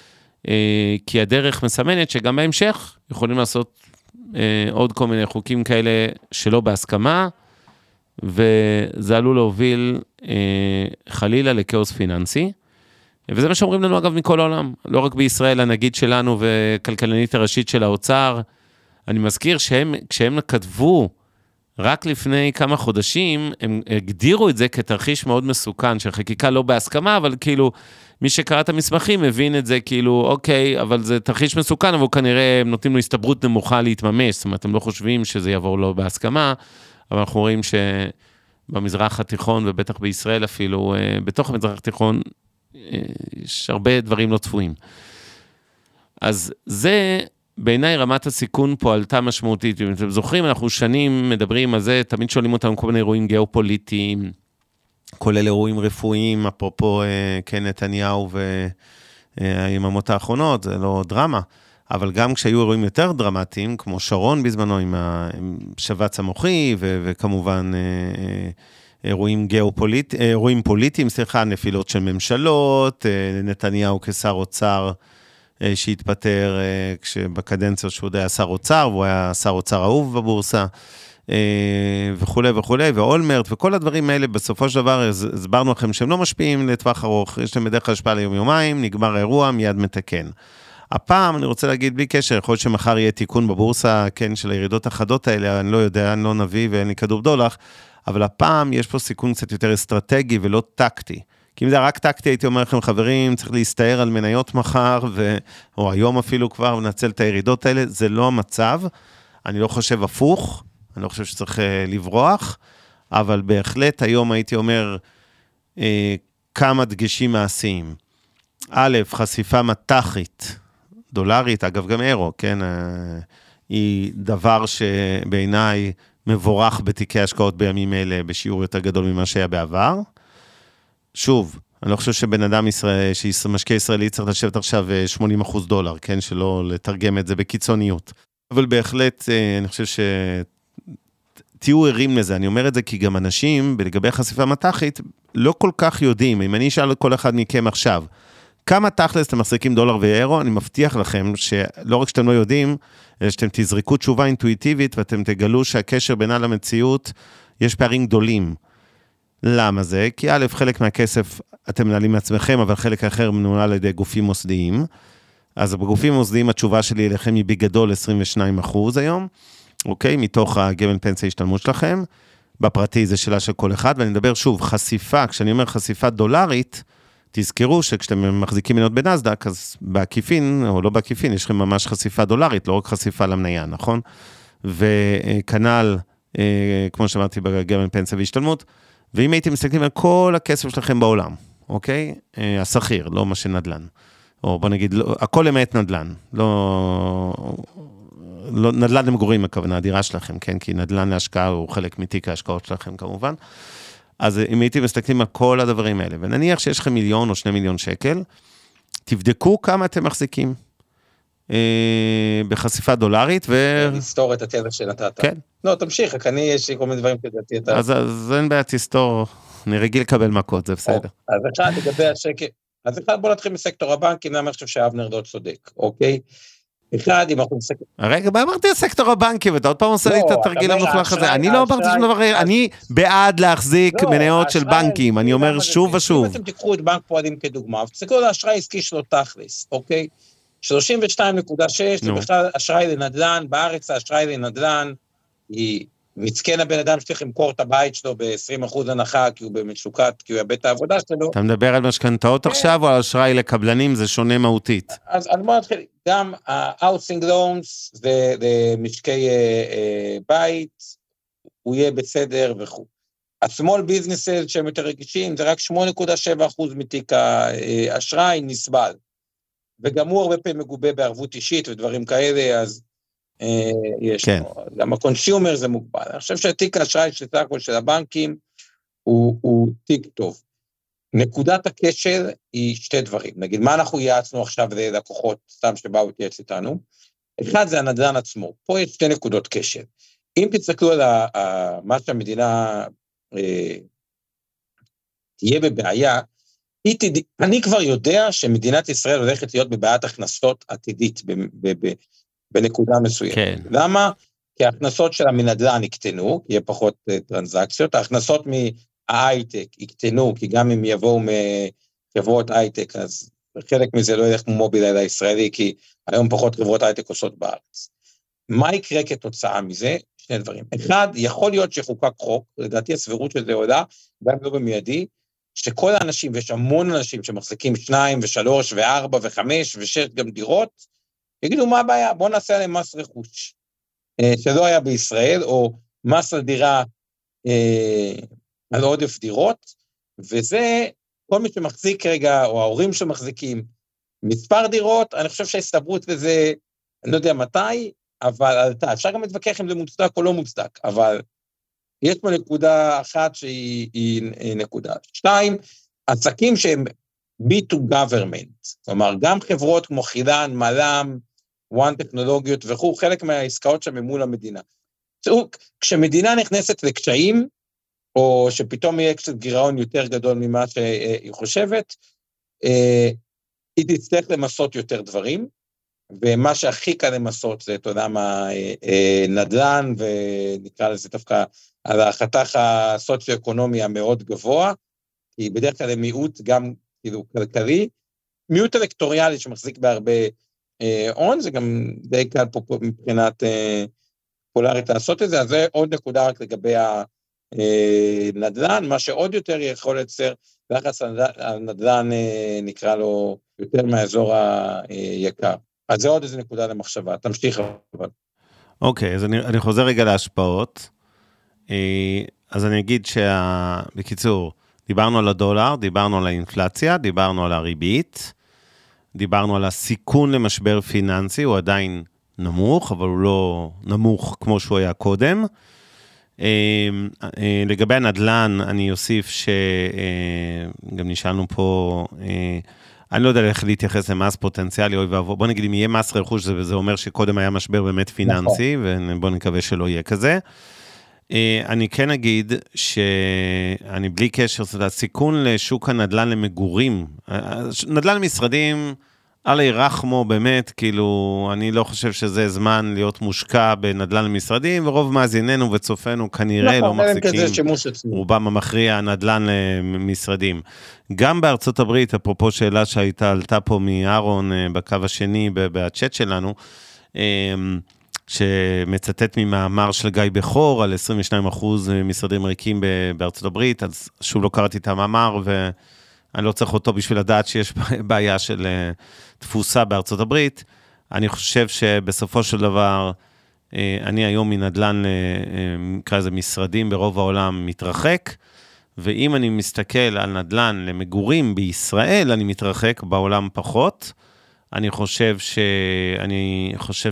כי הדרך מסמנת שגם בהמשך יכולים לעשות עוד כל מיני חוקים כאלה שלא בהסכמה, וזה עלול להוביל חלילה לכאוס פיננסי, וזה מה שאומרים לנו אגב מכל העולם, לא רק בישראל, הנגיד שלנו וכלכלנית הראשית של האוצר, אני מזכיר שהם, כשהם כתבו רק לפני כמה חודשים, הם הגדירו את זה כתרחיש מאוד מסוכן, של חקיקה לא בהסכמה, אבל כאילו, מי שקרא את המסמכים מבין את זה כאילו, אוקיי, אבל זה תרחיש מסוכן, אבל כנראה הם נותנים לו הסתברות נמוכה להתממש, זאת אומרת, הם לא חושבים שזה יעבור לא בהסכמה, אבל אנחנו רואים שבמזרח התיכון, ובטח בישראל אפילו, בתוך המזרח התיכון, יש הרבה דברים לא צפויים. אז זה... בעיניי רמת הסיכון פה עלתה משמעותית, אם אתם זוכרים, אנחנו שנים מדברים על זה, תמיד שואלים אותנו כל מיני אירועים גיאופוליטיים, כולל אירועים רפואיים, אפרופו כן נתניהו והיממות האחרונות, זה לא דרמה, אבל גם כשהיו אירועים יותר דרמטיים, כמו שרון בזמנו עם שבץ המוחי, וכמובן אירועים גיאופוליטיים, אירועים פוליטיים, סליחה, נפילות של ממשלות, נתניהו כשר אוצר, שהתפטר כשבקדנציה שהוא היה שר אוצר, והוא היה שר אוצר אהוב בבורסה, וכו' וכו', ואולמרט, וכל הדברים האלה, בסופו של דבר, הסברנו לכם שהם לא משפיעים לטווח ארוך, יש להם בדרך כלל השפעה ליום יומיים, נגמר האירוע, מיד מתקן. הפעם, אני רוצה להגיד בלי קשר, יכול להיות שמחר יהיה תיקון בבורסה, כן, של הירידות החדות האלה, אני לא יודע, אני לא נביא ואין לי כדור בדולח, אבל הפעם יש פה סיכון קצת יותר אסטרטגי ולא טקטי. כי אם זה רק טקטי, הייתי אומר לכם, חברים, צריך להסתער על מניות מחר, ו... או היום אפילו כבר, ונצל את הירידות האלה, זה לא המצב. אני לא חושב הפוך, אני לא חושב שצריך לברוח, אבל בהחלט היום הייתי אומר אה, כמה דגשים מעשיים. א', חשיפה מתחית, דולרית, אגב גם אירו, כן, אה, היא דבר שבעיניי מבורך בתיקי השקעות בימים אלה, בשיעור יותר גדול ממה שהיה בעבר. שוב, אני לא חושב שבן אדם ישראל, שמשקיע ישראלי צריך לשבת עכשיו שמונים אחוז דולר, כן, שלא לתרגם את זה בקיצוניות. אבל בהחלט, אני חושב ש... תהיו ערים לזה, אני אומר את זה כי גם אנשים, לגבי חשיפה מתחית, לא כל כך יודעים, אם אני אשאל כל אחד מכם עכשיו, כמה תכלס אתם מחזיקים דולר ואירו, אני מבטיח לכם שלא רק שאתם לא יודעים, אלא שאתם תזרקו תשובה אינטואיטיבית, ואתם תגלו שהקשר בינה למציאות, יש פערים גדולים. למה זה? כי א', חלק מהכסף אתם מנהלים מעצמכם, אבל חלק אחר מנוהל על ידי גופים מוסדיים. אז בגופים מוסדיים התשובה שלי אליכם היא בגדול עשרים ושניים אחוז היום, אוקיי? מתוך הגמל פנסיה השתלמות שלכם. בפרטי זה שאלה של כל אחד, ואני מדבר שוב, חשיפה, כשאני אומר חשיפה דולרית, תזכרו שכשאתם מחזיקים מניות בנסדק, אז בעקיפין, או לא בעקיפין, יש לכם ממש חשיפה דולרית, לא רק חשיפה למניה, נכון? וכנל, כמו שאמרתי בגמל פנסיה והשתלמות, ואם הייתם מסתכלים על כל הכסף שלכם בעולם, אוקיי? הסחיר, לא מה שנדלן. או בוא נגיד, לא, הכל למעט נדלן. לא, לא, נדלן למגורים הכוונה, הדירה שלכם, כן? כי נדלן להשקעה הוא חלק מתיק ההשקעות שלכם כמובן. אז אם הייתם מסתכלים על כל הדברים האלה, ונניח שיש לכם מיליון או שני מיליון שקל, תבדקו כמה אתם מחזיקים אה, בחשיפה דולרית, ו... לסתור את התדר שנתת. כן. לא, תמשיך, רק אני, יש לי כל מיני דברים כדעתי את ה... אז, אז אין בעיה, תסתור, אני רגיל לקבל מכות, זה בסדר. אז אחד, לגבי השקל, אז אחד, בוא נתחיל מסקטור הבנקים, למה אני חושב שאבנר דוד צודק, אוקיי? אחד, אם אנחנו נסתכל... רגע, מה אמרתי הסקטור הבנקי, ואתה עוד פעם עושה לי את התרגיל המוחלך הזה, אני לא אמרתי שום דבר, אני בעד להחזיק מניות של בנקים, אני אומר שוב ושוב. אם אתם תיקחו את בנק פועלים כדוגמה, תסתכלו על האשראי העסקי שלו תכלס, אוקיי? שלושים ושתיים נקודה שש, זה בכלל אשראי לנדל"ן, בארץ האשראי לנדל"ן, היא מצקן הבן אדם שצריך למכור את הבית שלו ב-עשרים אחוז הנחה, כי הוא במצוקת, כי הוא יאבד את העבודה שלו. אתה מדבר על משכנתאות עכשיו, או על אשראי לקבלנים, זה שונה מהותית. אז בוא נתחיל, גם ה-housing loans, זה משקי בית, הוא יהיה בסדר וכו'. ה-small businesses שהם יותר רגישים, זה רק שמונה נקודה שבע אחוז מתיק האשראי נסבל. וגם הוא הרבה פעמים מגובה בערבות אישית ודברים כאלה, אז אה, יש כן. לו, גם הקונסיומר זה מוגבל. אני חושב שהתיק האשראי של תקו של הבנקים, הוא, הוא תיק טוב. נקודת הקשר היא שתי דברים. נגיד, מה אנחנו יעצנו עכשיו ללקוחות, סתם שבאו להתייעץ איתנו? אחד זה הנדל"ן עצמו. פה יש שתי נקודות קשר. אם תסתכלו על ה, ה, מה שהמדינה אה, תהיה בבעיה, אני כבר יודע שמדינת ישראל הולכת להיות בבעיית הכנסות עתידית בנקודה מסוימת. כן. למה? כי ההכנסות של המנדל"ן יקטנו, כי יהיה פחות טרנזקציות, ההכנסות מההייטק יקטנו, כי גם אם יבואו מחברות הייטק, אז חלק מזה לא ילך כמו מובילאיי הישראלי, כי היום פחות חברות הייטק עושות בארץ. מה יקרה כתוצאה מזה? שני דברים. אחד, יכול להיות שחוקק חוק, לדעתי הסבירות של זה עולה, גם לא במיידי, שכל האנשים, ויש המון אנשים שמחזיקים שניים ושלוש וארבע וחמש ושש גם דירות, יגידו מה הבעיה, בואו נעשה עליהם מס רכוש, שלא היה בישראל, או מס על דירה, על עודף דירות, וזה כל מי שמחזיק רגע, או ההורים שמחזיקים מספר דירות, אני חושב שהסתברות לזה, אני לא יודע מתי, אבל עלתה, אפשר גם להתווכח אם זה מוצדק או לא מוצדק, אבל יש פה נקודה אחת שהיא היא, היא נקודה. שתיים, עסקים שהם בי טו גוברמנט, כלומר, גם חברות כמו חילן, מלם, וואן טכנולוגיות וכו', חלק מהעסקאות שם מול המדינה. כשמדינה נכנסת לקשיים, או שפתאום יהיה קצת גירעון יותר גדול ממה שהיא חושבת, היא תצטרך למסות יותר דברים, ומה שהכי קל למסות זה, אתה יודע מה, נדל"ן, ונקרא לזה דווקא על החתך הסוציו-אקונומי המאוד גבוה, כי בדרך כלל מיעוט גם כאילו כלכלי, מיעוט אלקטוריאלי שמחזיק בהרבה הון, זה גם די קל פה מבחינת פולרית לעשות את זה, אז זה עוד נקודה רק לגבי הנדל"ן, מה שעוד יותר יכול לייצר לחץ הנדל"ן נקרא לו יותר מהאזור היקר. אז זה עוד איזו נקודה למחשבה, תמשיך אבל. אוקיי, אז אני, אני חוזר רגע להשפעות. אז אני אגיד שבקיצור, דיברנו על הדולר, דיברנו על האינפלציה, דיברנו על הריבית, דיברנו על הסיכון למשבר פיננסי, הוא עדיין נמוך, אבל הוא לא נמוך כמו שהוא היה קודם. לגבי הנדל"ן, אני אוסיף שגם נשאלנו פה, אני לא יודע איך להתייחס למס פוטנציאלי, בוא נגיד אם יהיה מס רכוש, זה אומר שקודם היה משבר באמת פיננסי, ובוא נקווה שלא יהיה כזה. אני כן אגיד שאני בלי קשר, הסיכון לשוק הנדל"ן למגורים, נדל"ן משרדים, עלי רחמו באמת, כאילו, אני לא חושב שזה זמן להיות מושקע בנדל"ן למשרדים, ורוב מאזיננו וצופנו כנראה לא מחזיקים, רובם המכריע נדל"ן למשרדים. גם בארצות הברית, אפרופו שאלה שהייתה, עלתה פה מארון בקו השני, בצ'אט שלנו, שמצטט ממאמר של גיא בכור, על עשרים ושניים אחוז משרדים ריקים בארצות הברית, אז שוב לא קראתי את המאמר, ואני לא צריך אותו בשביל לדעת שיש בעיה של תפוסה בארצות הברית. אני חושב שבסופו של דבר, אני היום מנדל"ן, נקרא לזה משרדים ברוב העולם מתרחק, ואם אני מסתכל על נדל"ן למגורים בישראל, אני מתרחק בעולם פחות. אני חושב ש... אני חושב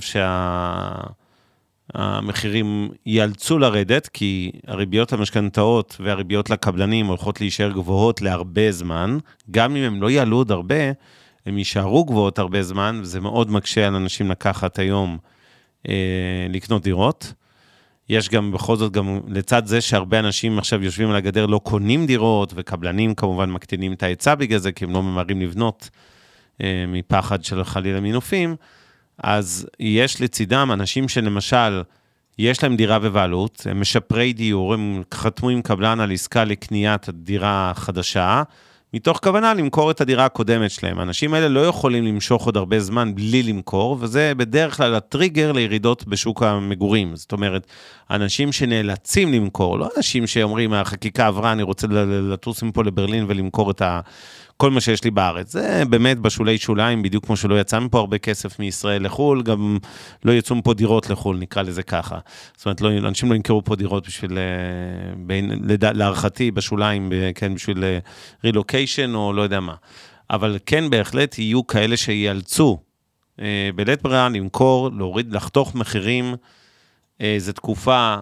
שהמחירים ייאלצו לרדת, כי הריביות למשכנתאות והריביות לקבלנים הולכות להישאר גבוהות להרבה זמן, גם אם הם לא יעלו עוד הרבה, הם יישארו גבוהות הרבה זמן, וזה מאוד מקשה על אנשים לקחת היום אה, לקנות דירות. יש גם בכל זאת, גם לצד זה שהרבה אנשים עכשיו יושבים על הגדר לא קונים דירות, וקבלנים כמובן מקטינים את ההיצע בגלל זה, כי הם לא ממהרים לבנות, מפחד של חלילה מינופים, אז יש לצידם אנשים שלמשל, יש להם דירה בבעלות, הם משפרי דיור, הם חתמו עם קבלן על עסקה לקניית הדירה החדשה, מתוך כוונה למכור את הדירה הקודמת שלהם. האנשים האלה לא יכולים למשוך עוד הרבה זמן בלי למכור, וזה בדרך כלל הטריגר לירידות בשוק המגורים. זאת אומרת, אנשים שנאלצים למכור, לא אנשים שאומרים, החקיקה עברה, אני רוצה לטוס מפה לברלין ולמכור את ה... כל מה שיש לי בארץ. זה באמת בשולי שוליים, בדיוק כמו שלא יצא מפה הרבה כסף מישראל לחול, גם לא יצאו מפה דירות לחול, נקרא לזה ככה. זאת אומרת, לא, אנשים לא ינקרו פה דירות בשביל, בין, לד... להערכתי, בשוליים, כן, בשביל רילוקיישן או לא יודע מה. אבל כן, בהחלט יהיו כאלה שיאלצו בלית ברירה למכור, להוריד, לחתוך מחירים. זו תקופה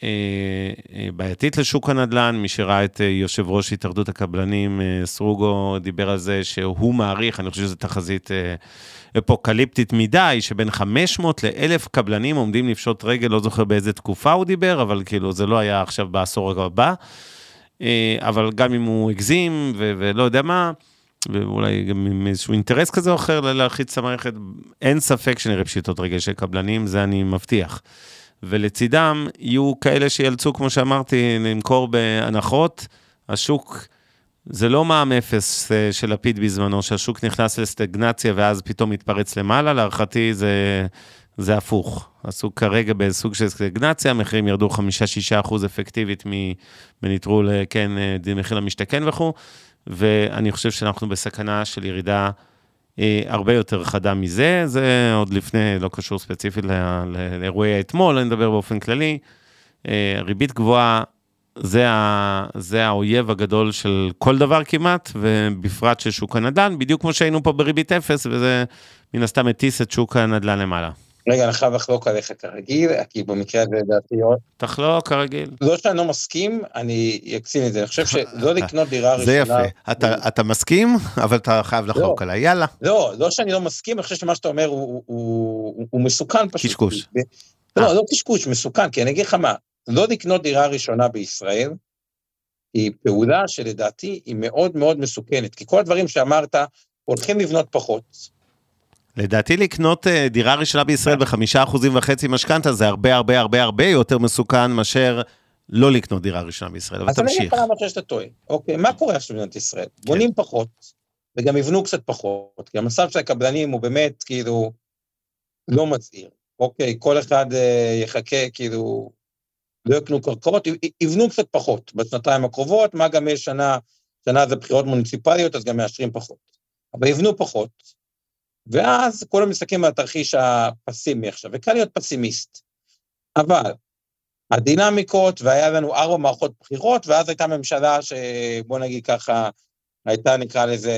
בעייתית לשוק הנדל"ן, מי שראה את יושב ראש התאחדות הקבלנים, סרוגו, דיבר על זה שהוא מעריך, אני חושב שזו תחזית אפוקליפטית מדי, שבין חמש מאות ל-אלף קבלנים עומדים לפשוט רגל, לא זוכר באיזה תקופה הוא דיבר, אבל כאילו זה לא היה עכשיו בעשור הבא, אבל גם אם הוא הגזים ו- ולא יודע מה, ואולי גם עם איזשהו אינטרס כזה או אחר להלחיץ את המערכת, אין ספק שנראה פשיטות רגל של קבלנים, זה אני מבטיח. ולצידם יהיו כאלה שילצו, כמו שאמרתי, למכור בהנחות. השוק, זה לא מע"מ אפס של לפיד בזמנו, שהשוק נכנס לסטגנציה ואז פתאום מתפרץ למעלה, להערכתי זה, זה הפוך. השוק כרגע בסוג של סטגנציה, המחירים ירדו חמישה שישה אחוז אפקטיבית מניטרול, כן, מחיר למשתכן וכו', ואני חושב שאנחנו בסכנה של ירידה הרבה יותר חדה מזה, זה עוד לפני, לא קשור ספציפית לאירועי האתמול, אני מדבר באופן כללי, ריבית גבוהה, זה, ה, זה האויב הגדול של כל דבר כמעט, ובפרט של שוק הנדל"ן, בדיוק כמו שהיינו פה בריבית אפס, וזה מן הסתם מטיס את שוק הנדל"ן למעלה. רגע, אני חייב לחלוק עליך כרגיל, כי במקרה הזה דעתי עוד. תחלוק כרגיל. לא שאני לא מסכים, אני אקצין את זה. אני חושב שלא לקנות דירה ראשונה... זה יפה. אתה, אתה מסכים, אבל אתה חייב לחלוק עליי. יאללה. לא, לא שאני לא מסכים, אני חושב שמה שאתה אומר הוא, הוא, הוא מסוכן פשוט. קשקוש. לא, לא קשקוש, מסוכן, כי אני אגיד לך מה, לא לקנות דירה ראשונה בישראל, היא פעולה שלדעתי היא מאוד מאוד מסוכנת, כי כל הדברים שאמרת, הולכים לבנות פחות, לדעתי לקנות דירה ראשונה בישראל בחמישה אחוזים וחצי משכנתה, זה הרבה הרבה הרבה הרבה יותר מסוכן מאשר לא לקנות דירה ראשונה בישראל, אבל תמשיך. אז אני אגיד לך למה שאתה טועה. אוקיי, מה קורה עכשיו במדינת ישראל? בונים פחות, וגם יבנו קצת פחות, כי המצב של הקבלנים הוא באמת כאילו לא מצעיר. אוקיי, כל אחד יחכה כאילו, לא יקנו קרקעות, יבנו קצת פחות בשנתיים הקרובות, מה גם יש שנה, שנה זה בחירות מוניציפליות, אז גם מאשרים פחות. אבל יבנו פחות. ואז כולם מסתכלים על התרחיש הפסימי עכשיו, וקל להיות פסימיסט. אבל הדינמיקות, והיה לנו ארבע מערכות בחירות, ואז הייתה ממשלה שבוא נגיד ככה, הייתה נקרא לזה,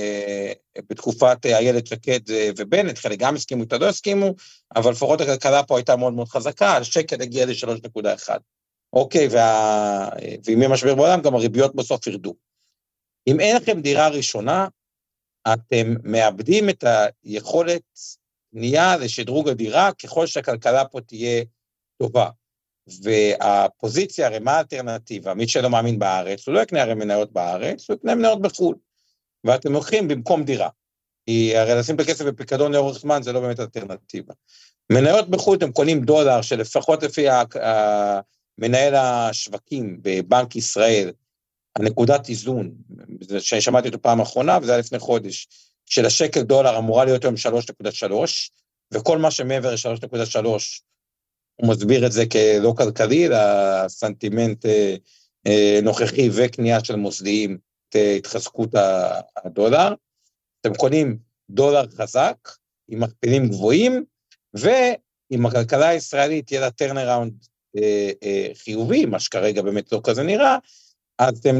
בתקופת איילת שקד ובנט, חלק גם הסכימו, לא הסכימו, אבל לפחות הכלכלה פה הייתה מאוד מאוד חזקה, השקל הגיע ל-שלוש נקודה אחת. אוקיי, וה... ואם יהיה משבר בעולם, גם הריביות בסוף ירדו. אם אין לכם דירה ראשונה, אתם מאבדים את היכולת בנייה לשדרוג הדירה, ככל שהכלכלה פה תהיה טובה. והפוזיציה, הרי מה האלטרנטיבה? מי שלא מאמין בארץ, הוא לא יקנה הרי מניות בארץ, הוא יקנה מניות בחו"ל. ואתם הולכים במקום דירה. כי הרי לשים את הכסף בפיקדון לאורך זמן, זה לא באמת אלטרנטיבה. מניות בחו"ל, אתם קונים דולר, שלפחות לפי מנהל השווקים בבנק ישראל, הנקודת איזון, ששמעתי אותו פעם האחרונה, וזה היה לפני חודש, של השקל דולר אמורה להיות היום שלוש נקודה שלוש, וכל מה שמעבר ל-שלוש נקודה שלוש, הוא מסביר את זה כלא כלכלי, לסנטימנט אה, אה, נוכחי וקנייה של מוסדיים, את התחזקות הדולר. אתם קונים דולר חזק, עם מכפילים גבוהים, ועם הכלכלה הישראלית תהיה לה טרנראונד אה, אה, חיובי, מה שכרגע באמת לא כזה נראה, אז אתם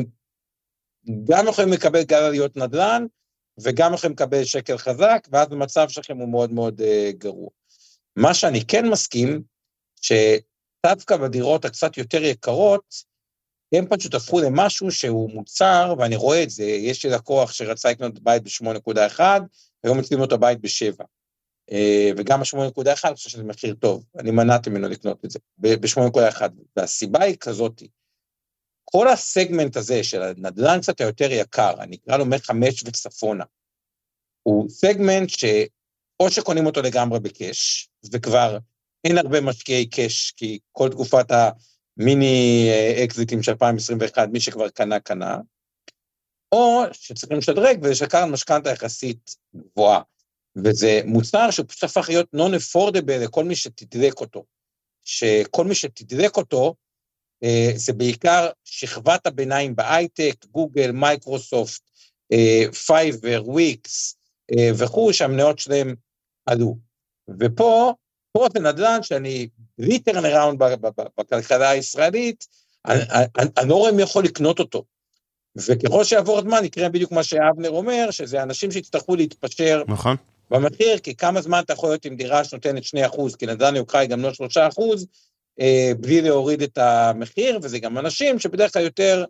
גם יכולים לקבל גל עליות נדל"ן, וגם יכולים לקבל שקל חזק, ואז המצב שלכם הוא מאוד מאוד uh, גרוע. מה שאני כן מסכים, שדווקא בדירות הקצת יותר יקרות, הם פשוט הפכו למשהו שהוא מוצר, ואני רואה את זה, יש לי לקוח שרצה לקנות בית ב-שמונה נקודה אחת, והיום מצליבים אותו בית ב-שבע. Uh, וגם ב-שמונה נקודה אחת, אני חושב שזה מחיר טוב, אני מנעתי ממנו לקנות את זה, ב-שמונה נקודה אחת, והסיבה היא כזאת, כל הסגמנט הזה של הנדל"ן קצת היותר יקר, אני אקרא לו מחמש וצפונה, הוא סגמנט או שקונים אותו לגמרי בקש, וכבר אין הרבה משקיעי קש, כי כל תקופת המיני אקזיטים של אלפיים עשרים ואחת, מי שכבר קנה, קנה, או שצריכים לשדרג, ולשקר משכנתה יחסית גבוהה, וזה מוצר שהוא פשוט הפך להיות non-affordable לכל מי שתדלק אותו, שכל מי שתדלק אותו, זה בעיקר שכבת הביניים בהייטק, גוגל, מייקרוסופט, פייבר, וויקס, וכו', שהמניות שלהם עלו. ופה, פה זה נדל"ן שאני ריטרן אראונד בכלכלה הישראלית, אני לא רואה אם יכול לקנות אותו. וככל שיעבור הזמן, יקרה בדיוק מה שאבנר אומר, שזה אנשים שיצטרכו להתפשר נכון. במחיר, כי כמה זמן אתה יכול להיות עם דירה שנותנת שני אחוז, כי נדל"ן יוקראי גם לא שלושה אחוז, אה, בלי להוריד את המחיר, וזה גם אנשים שבדרך כלל יותר,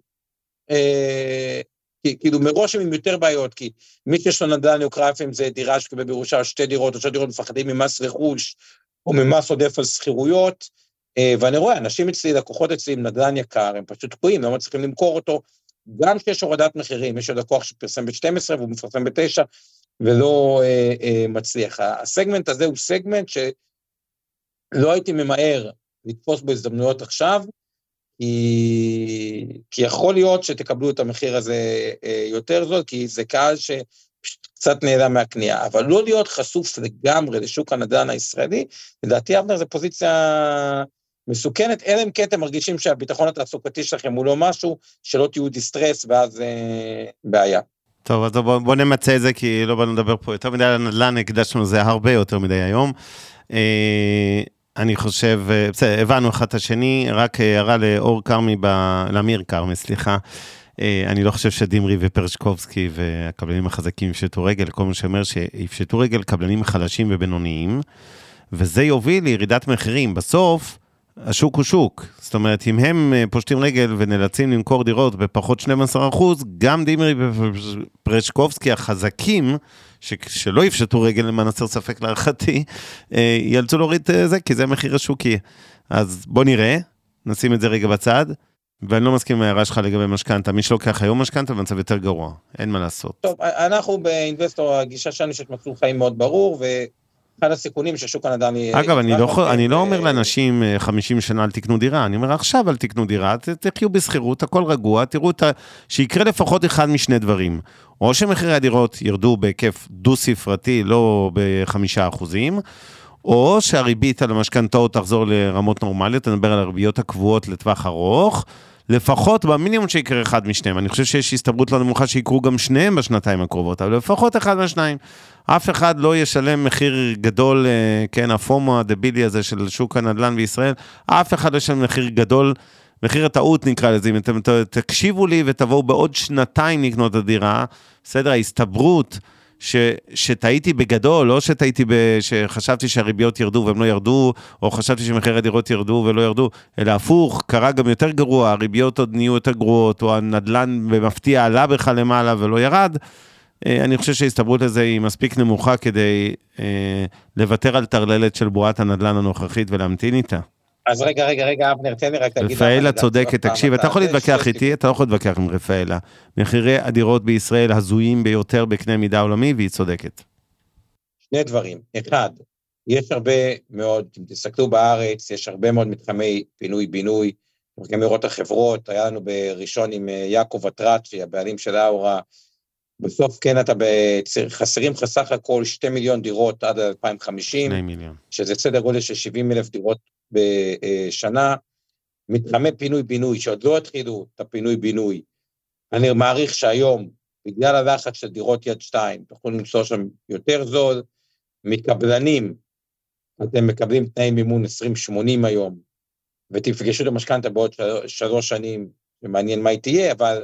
אה, כאילו מראש הם עם יותר בעיות, כי מי שיש לו נדל"ן יוקראי, אם זה דירה שקיבל בירושה, או שתי דירות, או שתי דירות מפחדים ממס רכוש, או ממס עודף על שכירויות, אה, ואני רואה, אנשים אצלי, לקוחות אצלי עם נדל"ן יקר, הם פשוט תקועים, לא מצליחים למכור אותו, גם שיש הורדת מחירים, יש עוד לקוח שפרסם ב-שתים עשרה, והוא מפרסם ב-תשע, ולא אה, אה, מצליח. הסגמנט הזה הוא סגמנט שלא הייתי ממהר לתפוס בהזדמנויות עכשיו, כי, כי יכול להיות שתקבלו את המחיר הזה אה, יותר זול, כי זה קהל שקצת נעלם מהקנייה, אבל לא להיות חשוף לגמרי לשוק הנדל"ן הישראלי, לדעתי אבנר זה פוזיציה מסוכנת, אלא אם כן אתם מרגישים שהביטחון התעסוקתי שלכם הוא לא משהו, שלא תהיו דיסטרס ואז אה, בעיה. טוב, אז בוא, בוא נמצא את זה, כי לא באנו לדבר פה יותר מדי על הנדל"ן, הקדשנו לזה הרבה יותר מדי היום. אה, אני חושב, בסדר, הבנו אחד את השני, רק הערה לאור קרמי, ב... לאמיר קרמי, סליחה. אה, אני לא חושב שדימרי ופרשקובסקי והקבלנים החזקים יפשטו רגל, כל מה שאומר שיפשטו רגל קבלנים חלשים ובינוניים, וזה יוביל לירידת מחירים. בסוף, השוק הוא שוק, זאת אומרת, אם הם פושטים רגל ונאלצים למכור דירות בפחות שנים עשר אחוז, גם דימרי ופרשקובסקי החזקים, ש... שלא יפשטו רגל למען הסר ספק להערכתי, ייאלצו להוריד זה, כי זה המחיר השוקי. אז בוא נראה, נשים את זה רגע בצד, ואני לא מסכים עם ההערה שלך לגבי משכנתה, מי שלוקח היום משכנתה במצב יותר גרוע, אין מה לעשות. טוב, אנחנו באינבסטור, הגישה שלנו שיש מסלול חיים מאוד ברור, ו... אחד הסיכונים ששוק הנדל"ן... אגב, אני לא, אני לא אומר לאנשים חמישים שנה אל תקנו דירה, אני אומר עכשיו אל תקנו דירה, תחיו בסחירות, הכל רגוע, תראו שיקרה לפחות אחד משני דברים, או שמחירי הדירות ירדו בהיקף דו-ספרתי, לא בחמישה אחוזים, או שהריבית על המשכנתאות תחזור לרמות נורמליות, אני מדבר על הריביות הקבועות לטווח ארוך, לפחות במינימום שיקרה אחד משניהם, אני חושב שיש הסתברות לא נמוכה שיקרו גם שניהם בשנתיים הקרובות, אבל לפחות אחד מהשניים, אף אחד לא ישלם מחיר גדול, כן, הפומו הדבילי הזה של שוק הנדל"ן בישראל, אף אחד לא ישלם מחיר גדול, מחיר הטעות נקרא לזה, אם אתם תקשיבו לי ותבואו בעוד שנתיים לקנות את הדירה, בסדר, ההסתברות ש, שטעיתי בגדול, לא שטעיתי ב, שחשבתי שהריביות ירדו והם לא ירדו, או חשבתי שמחיר הדירות ירדו ולא ירדו, אלא הפוך, קרה גם יותר גרוע, הריביות עוד נהיו יותר גרועות, או הנדל"ן במפתיע עלה בכלל למעלה ולא ירד, אני חושב שההסתברות לזה היא מספיק נמוכה כדי אה, לוותר על תרללת של בועת הנדל"ן הנוכחית ולהמתין איתה. אז רגע, רגע, רגע, אבנר, תן לי רק להגיד... רפאלה צודקת, תקשיב, אתה יכול להתווכח איתי, אתה לא יכול להתווכח עם רפאלה. מחירי הדירות בישראל הזויים ביותר בקנה מידה עולמי, והיא צודקת. שני דברים. אחד, יש הרבה מאוד, אם תסתכלו בארץ, יש הרבה מאוד מתחמי פינוי-בינוי, גם לראות החברות, היה לנו בראשון עם יעקב אטרצ'י, הבעלים של האורה, בסוף כן אתה חסרים חסך הכל שתי מיליון דירות עד אלפיים וחמישים, שני מיליון. שזה סדר גודל של שבעים אלף דירות בשנה, מתחמי פינוי-בינוי, שעוד לא התחילו את הפינוי-בינוי, אני מעריך שהיום, בגלל הלחץ של דירות יד שתיים, תוכלו למצוא שם יותר זול, מקבלנים, אתם מקבלים תנאי מימון עשרים שמונים היום, ותפגשו את המשכנתה בעוד שלוש שנים, ומעניין מה היא תהיה, אבל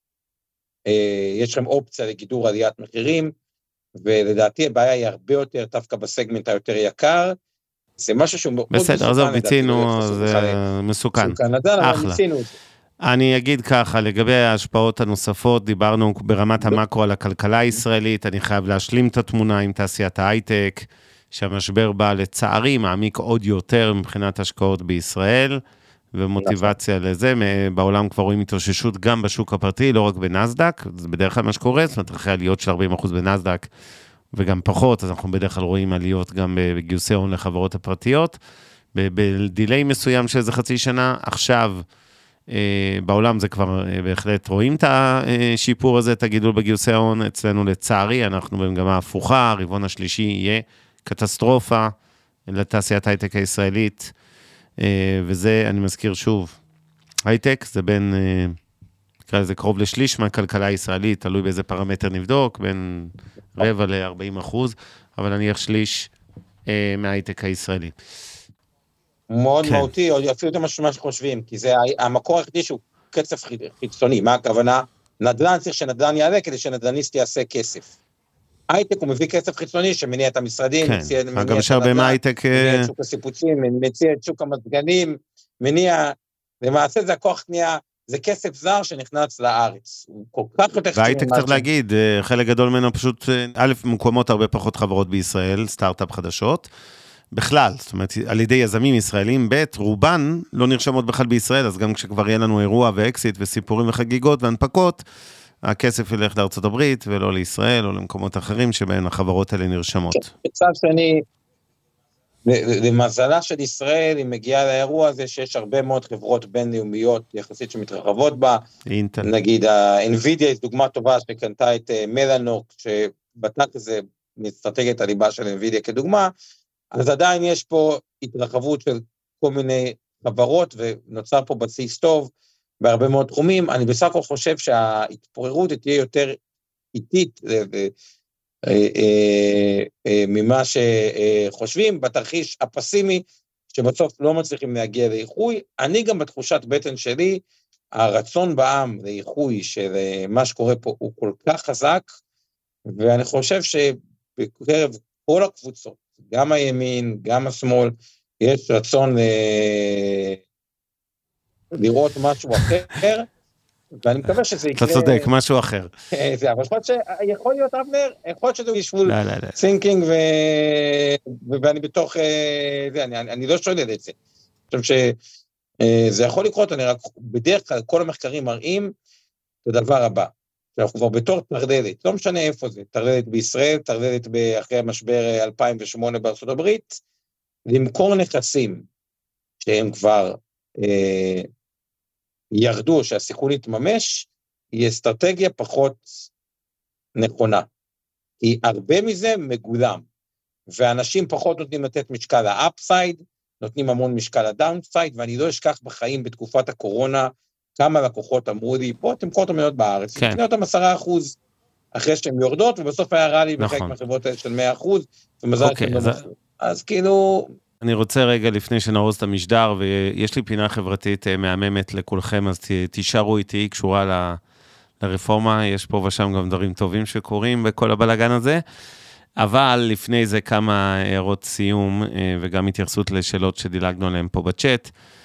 אה, יש לכם אופציה לגידור עליית מחירים, ולדעתי הבעיה היא הרבה יותר, דווקא בסגמנט היותר יקר, זה משהו שהוא מאוד מסוכן. בסדר, אז מיצינו, זה מסוכן. אחלה. אני אגיד ככה, לגבי ההשפעות הנוספות, דיברנו ברמת המקרו על הכלכלה הישראלית, אני חייב להשלים את התמונה עם תעשיית ההייטק, שהמשבר בא לצערי מעמיק עוד יותר מבחינת השקעות בישראל, ומוטיבציה לזה, בעולם כבר רואים התאוששות גם בשוק הפרטי, לא רק בנסדק, זה בדרך כלל מה שקורה, זאת אומרת, אחרי עליות של ארבעים אחוז בנסדק, וגם פחות, אז אנחנו בדרך כלל רואים עליות גם בגיוסי הון לחברות הפרטיות, בדילי מסוים של איזה חצי שנה, עכשיו בעולם זה כבר בהחלט רואים את השיפור הזה, את הגידול בגיוסי ההון, אצלנו לצערי, אנחנו במגמה הפוכה, הרבעון השלישי יהיה קטסטרופה לתעשיית הייטק הישראלית, וזה, אני מזכיר שוב, הייטק זה בין, נקרא לזה קרוב לשליש מהכלכלה הישראלית, תלוי באיזה פרמטר נבדוק, בין רבע ל-ארבעים אחוז, אבל נניח שליש מההייטק הישראלי. מאוד כן. מהותי, או אפילו יותר מה שחושבים, כי זה המקור היחידי שהוא קצף חיצוני, מה הכוונה? נדל"ן צריך שנדל"ן יעלה, כדי שנדל"ניסט יעשה כסף. הייטק הוא מביא כסף חיצוני, שמניע את המשרדים, כן. מציע, מניע גם שהרבה מהייטק... מניע את שוק הסיפוצים, מציע את שוק המזגנים, מניע, למעשה זה הכוח קנייה, זה כסף זר שנכנס לארץ. הוא כל כך יותר... והייטק צריך להגיד, חלק גדול ממנו פשוט, א', מקומות הרבה פחות חברות בישראל, סטארט-אפ חדשות, בכלל, זאת אומרת, על ידי יזמים ישראלים, ב' רובן לא נרשמות בכלל בישראל, אז גם כשכבר יהיה לנו אירוע ואקסיט וסיפורים וחגיגות והנפקות, הכסף ילך לארצות הברית ולא לישראל או למקומות אחרים שבהם החברות האלה נרשמות. בצד שני, למזלה של ישראל, היא מגיעה לאירוע הזה שיש הרבה מאוד חברות בינלאומיות יחסית שמתרחבות בה. אינטל. נגיד, ה-NVIDIA היא דוגמה טובה שקנתה את מלאנוק, שבטק זה מאסטרטגיית הליבה של NVIDIA כדוגמה, אז עדיין יש פה התרחבות של כל מיני חברות, ונוצר פה בסיס טוב בהרבה מאוד תחומים. אני בסך הכל חושב שההתפוררות תהיה יותר איטית ממה שחושבים, בתרחיש הפסימי, שבסוף לא מצליחים להגיע לאיחוי. אני גם בתחושת בטן שלי, הרצון בעם לאיחוי של מה שקורה פה הוא כל כך חזק, ואני חושב שבקרב כל הקבוצות, גם הימין, גם השמאל, יש רצון אה, לראות משהו אחר, ואני מקווה שזה יקרה... אתה צודק, משהו אחר. זה, אבל יכול להיות, אבנר, יכול להיות שזה ישבול סינקינג, ואני בתוך... זה, אני, אני לא שולל את זה. אני חושב שזה יכול לקרות, אני רק... בדרך כלל, כל המחקרים מראים את הדבר הבא. שאנחנו כבר בתור תרדלת, לא משנה איפה זה, תרדלת בישראל, תרדלת אחרי המשבר אלפיים ושמונה בארצות הברית, למכור נכסים שהם כבר אה, ירדו, שהסיכון יתממש, היא אסטרטגיה פחות נכונה. כי הרבה מזה מגולם, ואנשים פחות נותנים לתת משקל לאפסייד, נותנים המון משקל לדאונסייד, ואני לא אשכח בחיים בתקופת הקורונה, כמה לקוחות אמרו לי, פה תמכור אותם מאוד בארץ, כן. תקנה אותם עשרה אחוז אחרי שהן יורדות, ובסוף היה רע לי נכון. בחלק מהחברות של מאה אחוז, ומזל אוקיי, אז... אז... אז כאילו... אני רוצה רגע לפני שנרוז את המשדר, ויש לי פינה חברתית מהממת לכולכם, אז תישארו איתי, היא קשורה ל... לרפורמה, יש פה ושם גם דברים טובים שקורים בכל הבלגן הזה, אבל לפני זה כמה הערות סיום, וגם התייחסות לשאלות שדילגנו עליהן פה בצ'אט,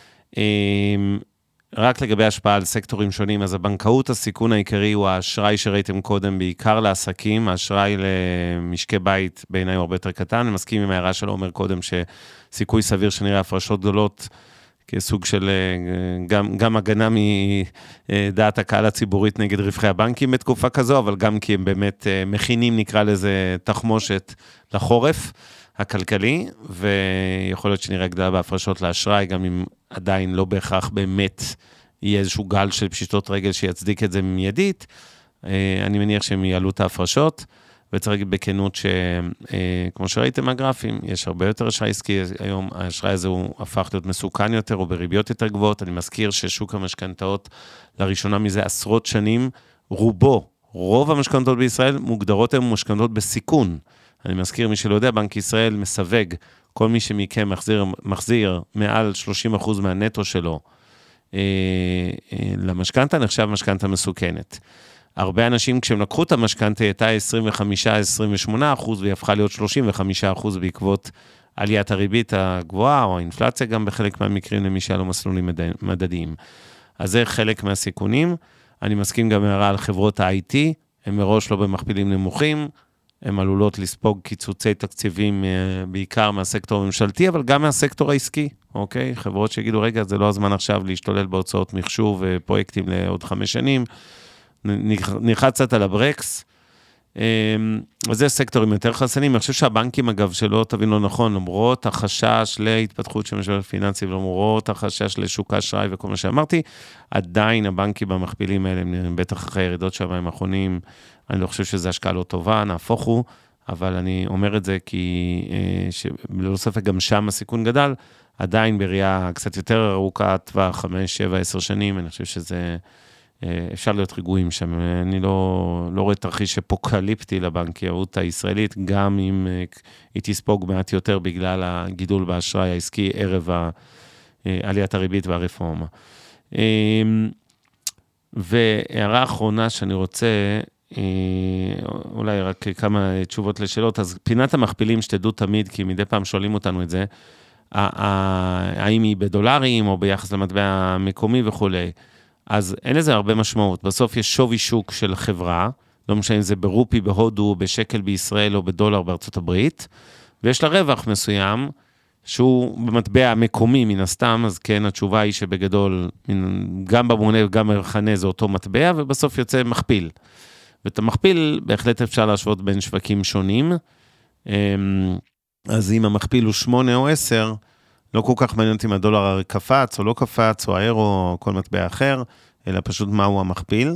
רק לגבי השפעה על סקטורים שונים, אז הבנקאות הסיכון העיקרי הוא האשראי שראיתם קודם, בעיקר לעסקים, האשראי למשקי בית בעיניי הוא הרבה יותר קטן, אני מסכים עם ההערה שלו, אומר קודם שסיכוי סביר שנראה הפרשות גדולות, כסוג של גם, גם הגנה מדעת הקהל הציבורית נגד רווחי הבנקים בתקופה כזו, אבל גם כי הם באמת מכינים, נקרא לזה, תחמושת לחורף הכלכלי, ויכול להיות שנראה גדלה בהפרשות לאשראי, גם אם עדיין לא בהכרח באמת יהיה איזשהו גל של פשיטות רגל שיצדיק את זה מיידית, אני מניח שהם יעלו את ההפרשות, וצריך להגיד בכנות שכמו שראיתם מהגרפים, יש הרבה יותר אשראי עסקי, היום האשראי הזה הוא הפך להיות מסוכן יותר, או בריביות יותר גבוהות, אני מזכיר ששוק המשכנתאות לראשונה מזה עשרות שנים, רובו, רוב המשכנתאות בישראל מוגדרות הן משכנתאות בסיכון, אני מזכיר, מי שלא יודע, בנק ישראל מסווג, כל מי שמכם מחזיר, מחזיר מעל שלושים אחוז מהנטו שלו אה, אה, למשכנתה, נחשב משכנתה מסוכנת. הרבה אנשים, כשהם לקחו את המשכנתה, הייתה עשרים וחמישה עד עשרים ושמונה אחוז, והיא הפכה להיות שלושים וחמישה אחוז בעקבות עליית הריבית הגבוהה, או האינפלציה גם בחלק מהמקרים למי שהיה לו מסלולים מדדיים. אז זה חלק מהסיכונים. אני מסכים גם הערה על חברות ה-איי טי, הם מראש לא במכפילים נמוכים, הן עלולות לספוג קיצוצי תקציבים בעיקר מהסקטור הממשלתי, אבל גם מהסקטור העסקי, אוקיי? חברות שיגידו, רגע, זה לא הזמן עכשיו להשתולל בהוצאות מחשוב ופרויקטים לעוד חמש שנים, נלחץ קצת על הברקס, אז זה סקטורים יותר חסנים. אני חושב שהבנקים, אגב, שלא תבין לא נכון, למרות החשש להתפתחות של משבר פיננסי, ולמרות החשש לשוק האשראי וכל מה שאמרתי, עדיין הבנקים במכפילים האלה, בטח אחרי ירידות שבהם האחרונים, אני לא חושב שזו השקעה לא טובה, נהפוך הוא, אבל אני אומר את זה כי, ללא ספק גם שם הסיכון גדל, עדיין בראייה קצת יותר ארוכה, טווח חמש, שבע, עשר שנים, אני חושב שזה, אפשר להיות רגועים שם. אני לא, לא רואה תרחיש אפוקליפטי לבנקאות הישראלית, גם אם היא תספוג מעט יותר בגלל הגידול באשראי העסקי ערב עליית הריבית והרפורמה. והערה האחרונה שאני רוצה, אולי רק כמה תשובות לשאלות, אז פינת המכפילים שתדעו תמיד, כי מדי פעם שואלים אותנו את זה, האם היא בדולרים או ביחס למטבע המקומי וכו'. אז אין לזה הרבה משמעות. בסוף יש שווי שוק של חברה, לא משנה אם זה ברופי, בהודו, בשקל בישראל או בדולר בארצות הברית, ויש לה רווח מסוים, שהוא במטבע המקומי מן הסתם, אז כן, התשובה היא שבגדול, גם במונה וגם במכנה זה אותו מטבע, ובסוף יוצא מכפיל. ואת המכפיל בהחלט אפשר להשוות בין שווקים שונים, אז אם המכפיל הוא שמונה או עשר, לא כל כך מעניין אם הדולר קפץ או לא קפץ, או האירו או כל מטבע אחר, אלא פשוט מהו המכפיל.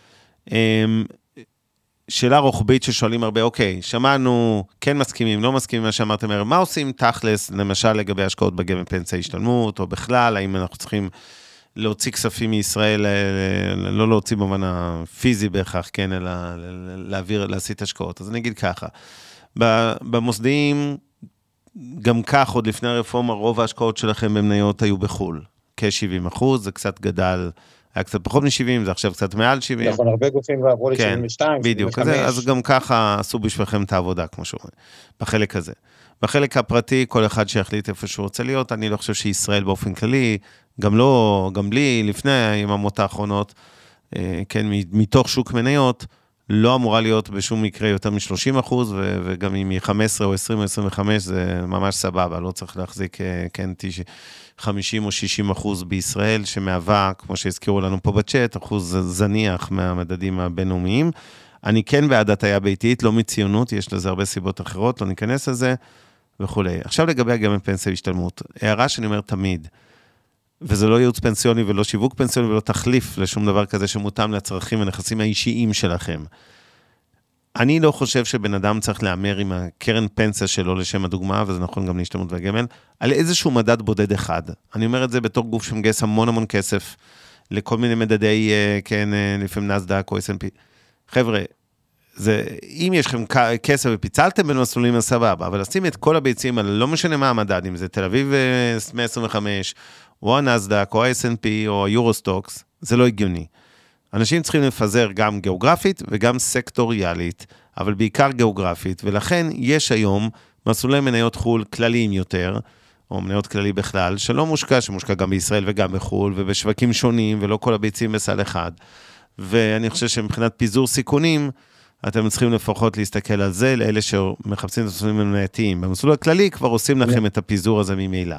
שאלה רוחבית ששואלים הרבה, אוקיי, שמענו, כן מסכימים, לא מסכימים מה שאמרתם, מה עושים תכלס, למשל לגבי השקעות בגמל פנסיה השתלמות, או בכלל, האם אנחנו צריכים להוציא כספים מישראל, לא להוציא במובן הפיזי בהכרח, כן, אלא להעביר, להסיט השקעות. אז אני אגיד ככה, במוסדיים, גם כך, עוד לפני הרפורמה, רוב ההשקעות שלכם במניות היו בחול, כ-שבעים אחוז, זה קצת גדל, היה קצת פחות מ-שבעים, זה עכשיו קצת מעל שבעים. נכון, הרבה גופים ועברו ל-שבעים ושתיים, בדיוק, אז גם ככה עשו בשבילכם את העבודה, כמו שאומרים, בחלק הזה. בחלק הפרטי, כל אחד שיחליט איפה שהוא רוצה להיות, אני לא חושב שישראל באופן כללי, גם לא, גם בלי, לפני היממות האחרונות, כן, מתוך שוק מניות, לא אמורה להיות בשום מקרה יותר מ-שלושים אחוז, וגם אם היא חמש עשרה או עשרים או עשרים וחמש, זה ממש סבבה, לא צריך להחזיק, כן, חמישים או שישים אחוז בישראל, שמהווה, כמו שהזכירו לנו פה בצ'אט, אחוז זניח מהמדדים הבינלאומיים. אני כן בעד הטעיה ביתית, לא מציונות, יש לזה הרבה סיבות אחרות, לא ניכנס לזה, וכו'. עכשיו לגבי הגמל פנסיה השתלמות, הערה שאני אומר תמיד, וזה לא ייעוץ פנסיוני ולא שיווק פנסיוני ולא תחליף לשום דבר כזה שמותאם לצרכים ונכסים האישיים שלכם. אני לא חושב שבן אדם צריך לאמר עם הקרן פנסיה שלו לשם הדוגמה, וזה נכון גם להשתלמות והגמל, על איזשהו מדד בודד אחד. אני אומר את זה בתור גוף שמגייס המון המון כסף, לכל מיני מדדי, כן, לפעמים נסדק או אס אנד פי. חבר'ה, זה, אם יש לכם כסף ופיצלתם בין מסלולים הסבבה, אבל לשים את כל הביצים על לא משנה מה המדד, אם זה תל אביב מאה עשרים וחמש, או הנסדק, או ה-אס אנד פי, או היורוסטוקס, זה לא הגיוני. אנשים צריכים לפזר גם גיאוגרפית וגם סקטוריאלית, אבל בעיקר גיאוגרפית, ולכן יש היום מסלולי מניות חול כלליים יותר, או מניות כללי בכלל, שלא מושקע, שמושקע גם בישראל וגם בחול, ובשווקים שונים, ולא כל הביצים בסל אחד. ואני חושב שמבחינת פיזור סיכונים, אתם צריכים לפחות להסתכל על זה, לאלה שמחפשים את המסלולים המנייתיים. במסלול הכללי כבר עושים לכם את הפיזור הזה ממילא.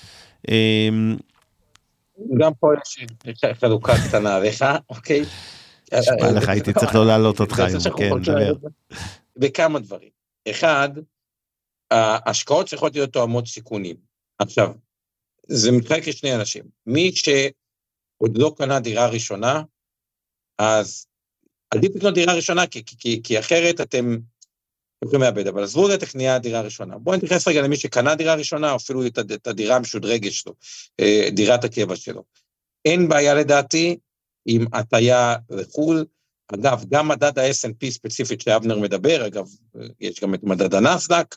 גם פה יש חלוקה קטנה עליך, אוקיי? שפע לך, הייתי צריך לא להעלות אותך היום, כן, דבר. בכמה דברים. אחד, ההשקעות צריכות להיות תואמות סיכונים. עכשיו, זה מתחלק לשני אנשים. מי שעוד לא קנה דירה ראשונה, אז עדיף לקנות דירה ראשונה, כי, כי, כי אחרת אתם יכולים לאבד, אבל עזבו את הקנייה דירה ראשונה. בואו נתייחס רגע למי שקנה דירה ראשונה, או אפילו את, את הדירה המשודרגת שלו, דירת הקבע שלו. אין בעיה לדעתי עם הטיה לחול. אגב, גם מדד ה-אס אנד פי ספציפית שאבנר מדבר, אגב, יש גם את מדד הנסדק,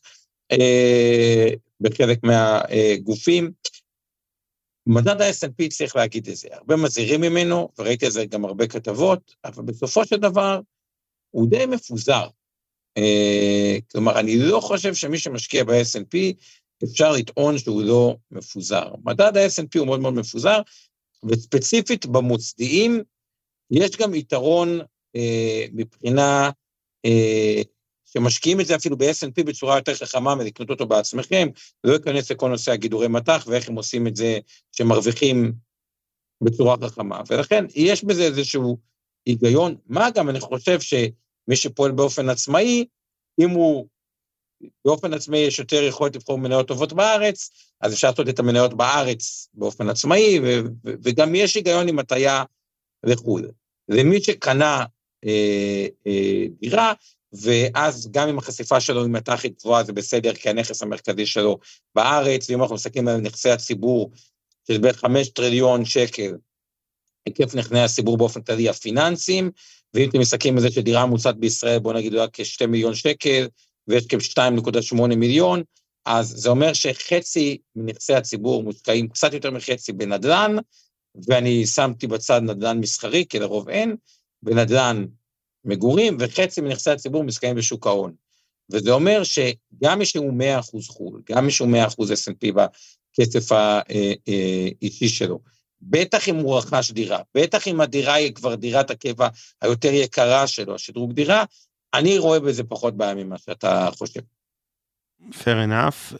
בחלק מהגופים. מדד ה-אס אנד פי צריך להגיד את זה, הרבה מזהירים ממנו, וראיתי את זה גם הרבה כתבות, אבל בסופו של דבר, הוא די מפוזר. כלומר, אני לא חושב שמי שמשקיע ב-אס אנד פי, אפשר לטעון שהוא לא מפוזר. מדד ה-אס אנד פי הוא מאוד מאוד מפוזר, וספציפית במוסדיים, יש גם יתרון מבחינה, שמשקיעים את זה אפילו ב-אס אנד פי בצורה יותר חכמה, ולקנות אותו בעצמכם, לא ייכנס לכל נושא הגידורי מתח, ואיך הם עושים את זה שמרוויחים בצורה חכמה. ולכן, יש בזה איזשהו היגיון, מה גם אני חושב מי שפועל באופן עצמאי, אם הוא באופן עצמאי יש יותר יכולת לבחור מניות טובות בארץ, אז אפשר לעשות את המניות בארץ באופן עצמאי, ו- ו- וגם יש היגיון עם הטיה וכו'. ומי שקנה אה, אה, דירה, ואז גם עם החשיפה שלו עם מטה הכי גבוהה, זה בסדר, כי הנכס המרכזי שלו בארץ, ואם אנחנו מסתכלים על נכסי הציבור, של בערך חמישה טריליון שקל, היקף נכסי הציבור באופן כללי הפיננסים, ואם אתם מסתכלים על זה שדירה מוצעת בישראל, בוא נגיד רק כשתי מיליון שקל, ויש כ-שתיים נקודה שמונה מיליון, אז זה אומר שחצי מנכסי הציבור מושקעים קצת יותר מחצי בנדל"ן, ואני שמתי בצד נדל"ן מסחרי, כי לרוב אין, בנדל"ן מגורים, וחצי מנכסי הציבור מושקעים בשוק ההון. וזה אומר שגם יש לנו מאה אחוז חול, גם יש לנו מאה אחוז אס אנד פי בכסף האישי שלו, בטח אם הוא רכש דירה, בטח אם הדירה היא כבר דירת הקבע היותר יקרה שלו, השדרוג דירה, אני רואה בזה פחות בעיה ממה שאתה חושב. Fair enough.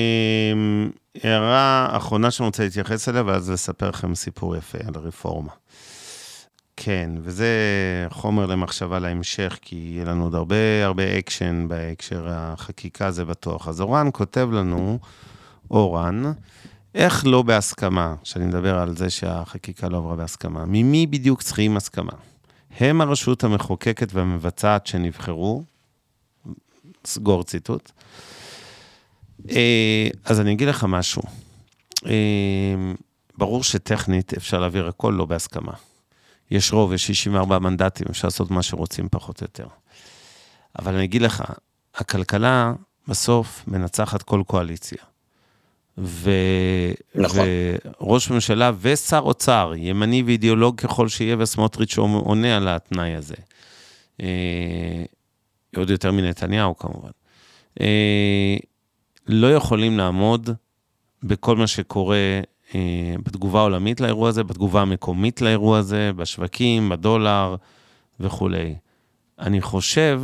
הערה האחרונה שאני רוצה להתייחס אליה, ואז לספר לכם סיפור יפה על הרפורמה. כן, וזה חומר למחשבה להמשך, כי יהיה לנו עוד הרבה הרבה אקשן בהקשר החקיקה, זה בטוח. אז אורן כותב לנו, אורן, איך לא בהסכמה, שאני מדבר על זה שהחקיקה לא עברה בהסכמה, ממי בדיוק צריכים הסכמה? הם הרשות המחוקקת והמבצעת שנבחרו, סגור ציטוט. אז אני אגיד לך משהו. ברור שטכנית אפשר להעביר הכל לא בהסכמה. יש רוב, יש שישים וארבעה מנדטים, אפשר לעשות מה שרוצים פחות או יותר. אבל אני אגיד לך, הכלכלה בסוף מנצחת כל קואליציה. ו... נכון. וראש ממשלה ושר אוצר, ימני ואידיאולוג ככל שיהיה, וסמוטריץ' עונה על התנאי הזה. עוד יותר מנתניהו כמובן. לא יכולים לעמוד בכל מה שקורה בתגובה העולמית לאירוע הזה, בתגובה המקומית לאירוע הזה, בשווקים, בדולר וכו'. אני חושב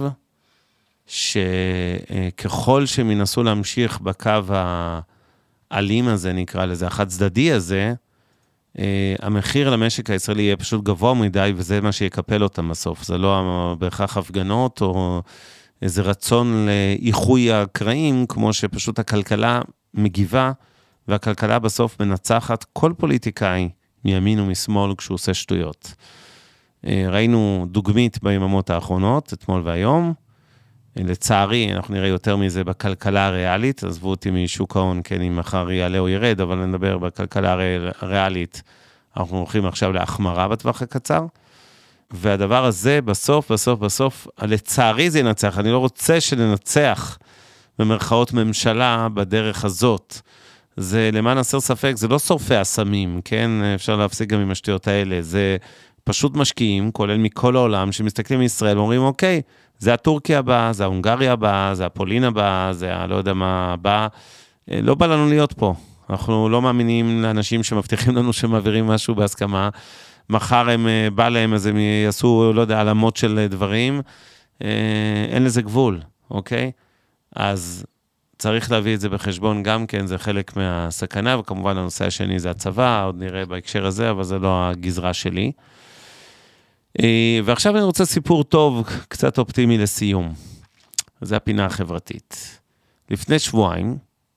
שככל שהם ינסו להמשיך בקו האלים הזה, נקרא לזה, החד צדדי הזה, המחיר למשק הישראלי יהיה פשוט גבוה מדי, וזה מה שיקפל אותם בסוף. זה לא בהכרח הפגנות או איזה רצון לאיחוי הקרעים, כמו שפשוט הכלכלה מגיבה, והכלכלה בסוף מנצחת כל פוליטיקאי מימין ומשמאל כשהוא עושה שטויות. ראינו דוגמית ביממות האחרונות, אתמול והיום. לצערי, אנחנו נראה יותר מזה בכלכלה הריאלית, עזבו אותי משוק ההון, כן, אם מחר יעלה או ירד, אבל נדבר בכלכלה הריאלית, אנחנו הולכים עכשיו להחמרה בטווח הקצר, והדבר הזה בסוף, בסוף, בסוף, לצערי זה ינצח, אני לא רוצה שננצח במרכאות ממשלה בדרך הזאת, זה למען הסר ספק, זה לא שורפי הסמים, כן, אפשר להפסיק גם עם השטויות האלה, זה פשוט משקיעים, כולל מכל העולם, שמסתכלים מישראל, ואומרים, אוקיי, זה הטורקיה הבא, זה ההונגריה הבא, זה הפולין הבא, זה הלא יודע מה הבא, לא בא לנו להיות פה, אנחנו לא מאמינים לאנשים שמבטיחים לנו שמעבירים משהו בהסכמה, מחר הם בא להם, אז הם יעשו, לא יודע, עלמות של דברים, אין לזה גבול, אוקיי? אז צריך להביא את זה בחשבון גם כן, זה חלק מהסכנה, וכמובן הנושא השני זה הצבא, עוד נראה בהקשר הזה, אבל זה לא הגזרה שלי. ועכשיו אני רוצה סיפור טוב, קצת אופטימי לסיום. זה הפינה החברתית. לפני שבועיים,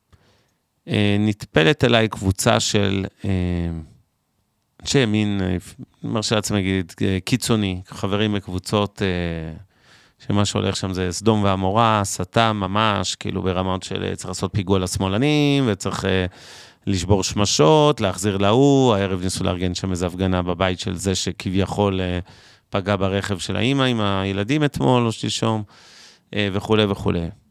נטפלת אליי קבוצה של אנשי ימין, מרשה לעצמי להגיד, קיצוני, חברים בקבוצות, שמה שהולך שם זה סדום ועמורה, סתה ממש, כאילו ברמות של צריך לעשות פיגוע לשמאלנים, וצריך לשבור שמשות, להחזיר להוא, הערב ניסו לארגן שם איזו הפגנה בבית של זה שכביכול פגע ברכב של האמא עם הילדים אתמול או שלשום, וכו' וכו'.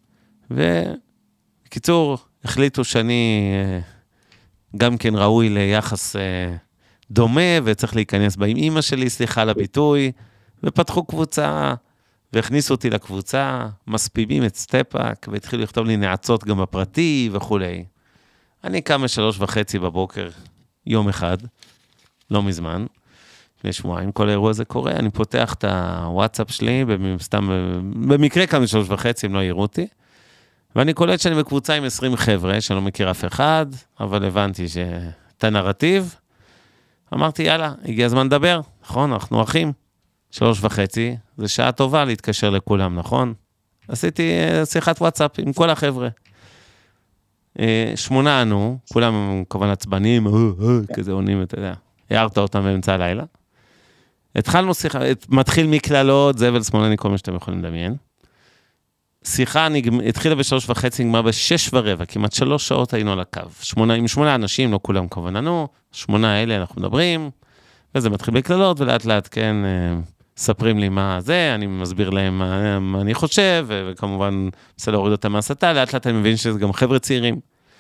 ובקיצור, החליטו שאני גם כן ראוי ליחס דומה, וצריך להיכנס בה עם אמא שלי, סליחה לביטוי, ופתחו קבוצה, והכניסו אותי לקבוצה, מספיבים את סטפאק, והתחילו לכתוב לי נעצות גם בפרטי וכו'. אני קם שלוש וחצי בבוקר, יום אחד, לא מזמן, לפני שבועיים, כל האירוע הזה קורה, אני פותח את הוואטסאפ שלי, סתם, במקרה קם שלוש וחצי, הם לא יראו אותי, ואני קולט שאני בקבוצה עם עשרים חבר'ה, שאני לא מכיר אף אחד, אבל הבנתי שאת הנרטיב, אמרתי, יאללה, הגיע הזמן לדבר, נכון, אנחנו אחים, שלוש וחצי, זה שעה טובה להתקשר לכולם, נכון? עשיתי שיחת וואטסאפ עם כל החבר'ה. שמונה ענו, כולם כמובן עצבנים, כזה עונים, אתה יודע, הערת אותם באמצע הלילה. התחלנו שיחה, מתחיל מכללות, זבל שמאלני, כל מה שאתם יכולים לדמיין. שיחה התחילה בשלוש וחצי, נגמר בשש ורבע, כמעט שלוש שעות היינו על הקו. שמונה, עם שמונה אנשים, לא כולם כמובן ענו, שמונה האלה אנחנו מדברים, וזה מתחיל בכללות, ולאט לאט, כן, ספרים לי מה זה, אני מסביר להם מה, מה אני חושב, ו- וכמובן, בסדר, להוריד אותם מהסתה, לאט לאט אני מבין שזה גם חבר'ה צעירים.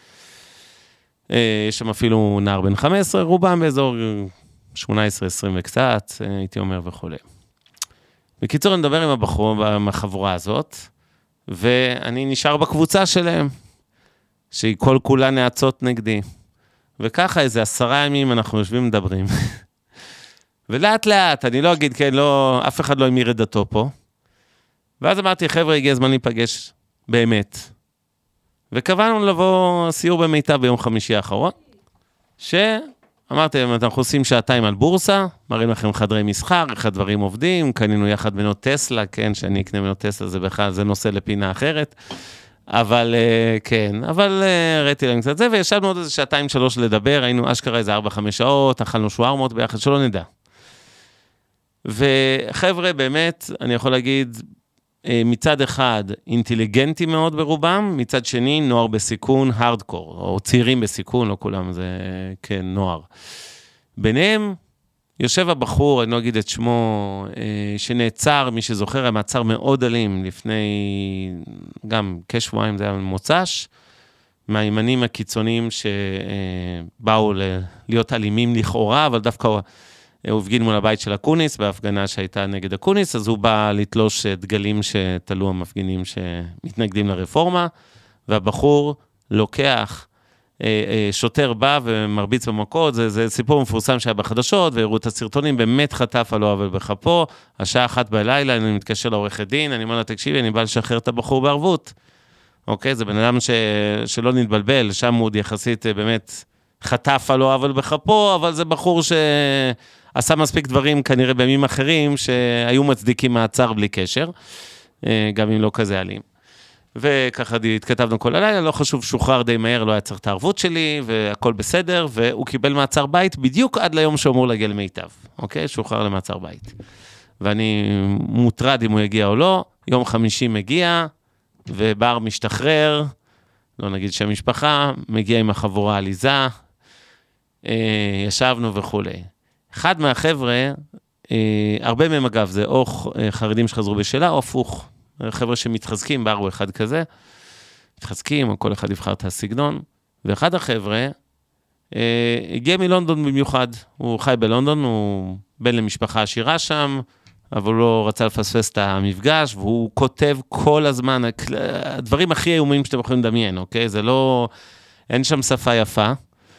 יש שם אפילו נער בן חמש עשרה, רובם באזור שמונה עשרה עשרים וקצת, הייתי אומר וכו'. בקיצור, אני מדבר עם הבחור, עם החבורה הזאת, ואני נשאר בקבוצה שלהם, שהיא כל כולה נעצות נגדי. וככה איזה עשרה ימים אנחנו יושבים מדברים. ולאט לאט, אני לא אגיד, כן, לא, אף אחד לא אמיר את דתו פה. ואז אמרתי, חבר'ה, הגיע הזמן להיפגש באמת. וקבענו לבוא סיור במיטב ביום חמישי האחרון, שאמרתי, אנחנו עושים שעתיים על בורסה, מראים לכם חדרי מסחר, איך הדברים עובדים, קנינו יחד מנות טסלה, כן, שאני אקנה מנות טסלה, זה בכלל, זה נושא לפינה אחרת. אבל כן, אבל ראיתי להם קצת זה, וישבנו עוד איזה שעתיים שלוש לדבר, היינו אשכרה איזה ארבע חמש שעות, אכלנו שווארמות ביחד, שלא נדע. וחבר'ה, באמת, אני יכול להגיד, מצד אחד, אינטליגנטי מאוד ברובם, מצד שני, נוער בסיכון, הרדקור, או צעירים בסיכון, לא כולם, זה כן, נוער. ביניהם, יושב הבחור, אני לא אגיד את שמו, שנעצר, מי שזוכר, המעצר מאוד אלים, לפני, גם כשבועיים זה היה מוצ"ש, מהימנים הקיצוניים שבאו להיות אלימים לכאורה, אבל דווקא הוא הפגין מול הבית של אקוניס, בהפגנה שהייתה נגד אקוניס, אז הוא בא לתלוש דגלים שתלו המפגינים שמתנגדים לרפורמה, והבחור לוקח, שוטר בא ומרביץ במכות, זה, זה סיפור מפורסם שהיה בחדשות, והראו את הסרטונים, באמת חטף על לא עוול בכפו, השעה אחת בלילה, אני מתקשר לעורכת דין, אני אומר לה, תקשיבי, אני בא לשחרר את הבחור בערבות. אוקיי, זה בן אדם ש, שלא נתבלבל, שם הוא יחסית באמת חטף על לא עוול בכפו, אבל זה בחור שעשה מספיק דברים כנראה בימים אחרים, שהיו מצדיקים מעצר בלי קשר, גם אם לא כזה אלים. וככה התכתבנו כל הלילה, לא חשוב, שוחרר די מהר, לא היה צריך את הערבות שלי, והכל בסדר, והוא קיבל מעצר בית, בדיוק עד ליום שאמור להגיע למיטב, אוקיי? שוחרר למעצר בית. ואני מוטרד אם הוא יגיע או לא, יום חמישי מגיע, ובר משתחרר, לא נגיד שם משפחה, מגיע עם החבורה עליזה, ישבנו וכו'. אחד מהחבר'ה, הרבה מהם אגב, זה או חרדים שחזרו בשאלה, או הפוך. חבר'ה שמתחזקים, בר הוא אחד כזה, מתחזקים, או כל אחד יבחר את הסגנון, ואחד החבר'ה אה, הגיע מלונדון במיוחד, הוא חי בלונדון, הוא בן למשפחה עשירה שם, אבל הוא לא רצה לפספס את המפגש, והוא כותב כל הזמן, הדברים הכי איומים שאתם יכולים לדמיין, אוקיי? זה לא, אין שם שפה יפה,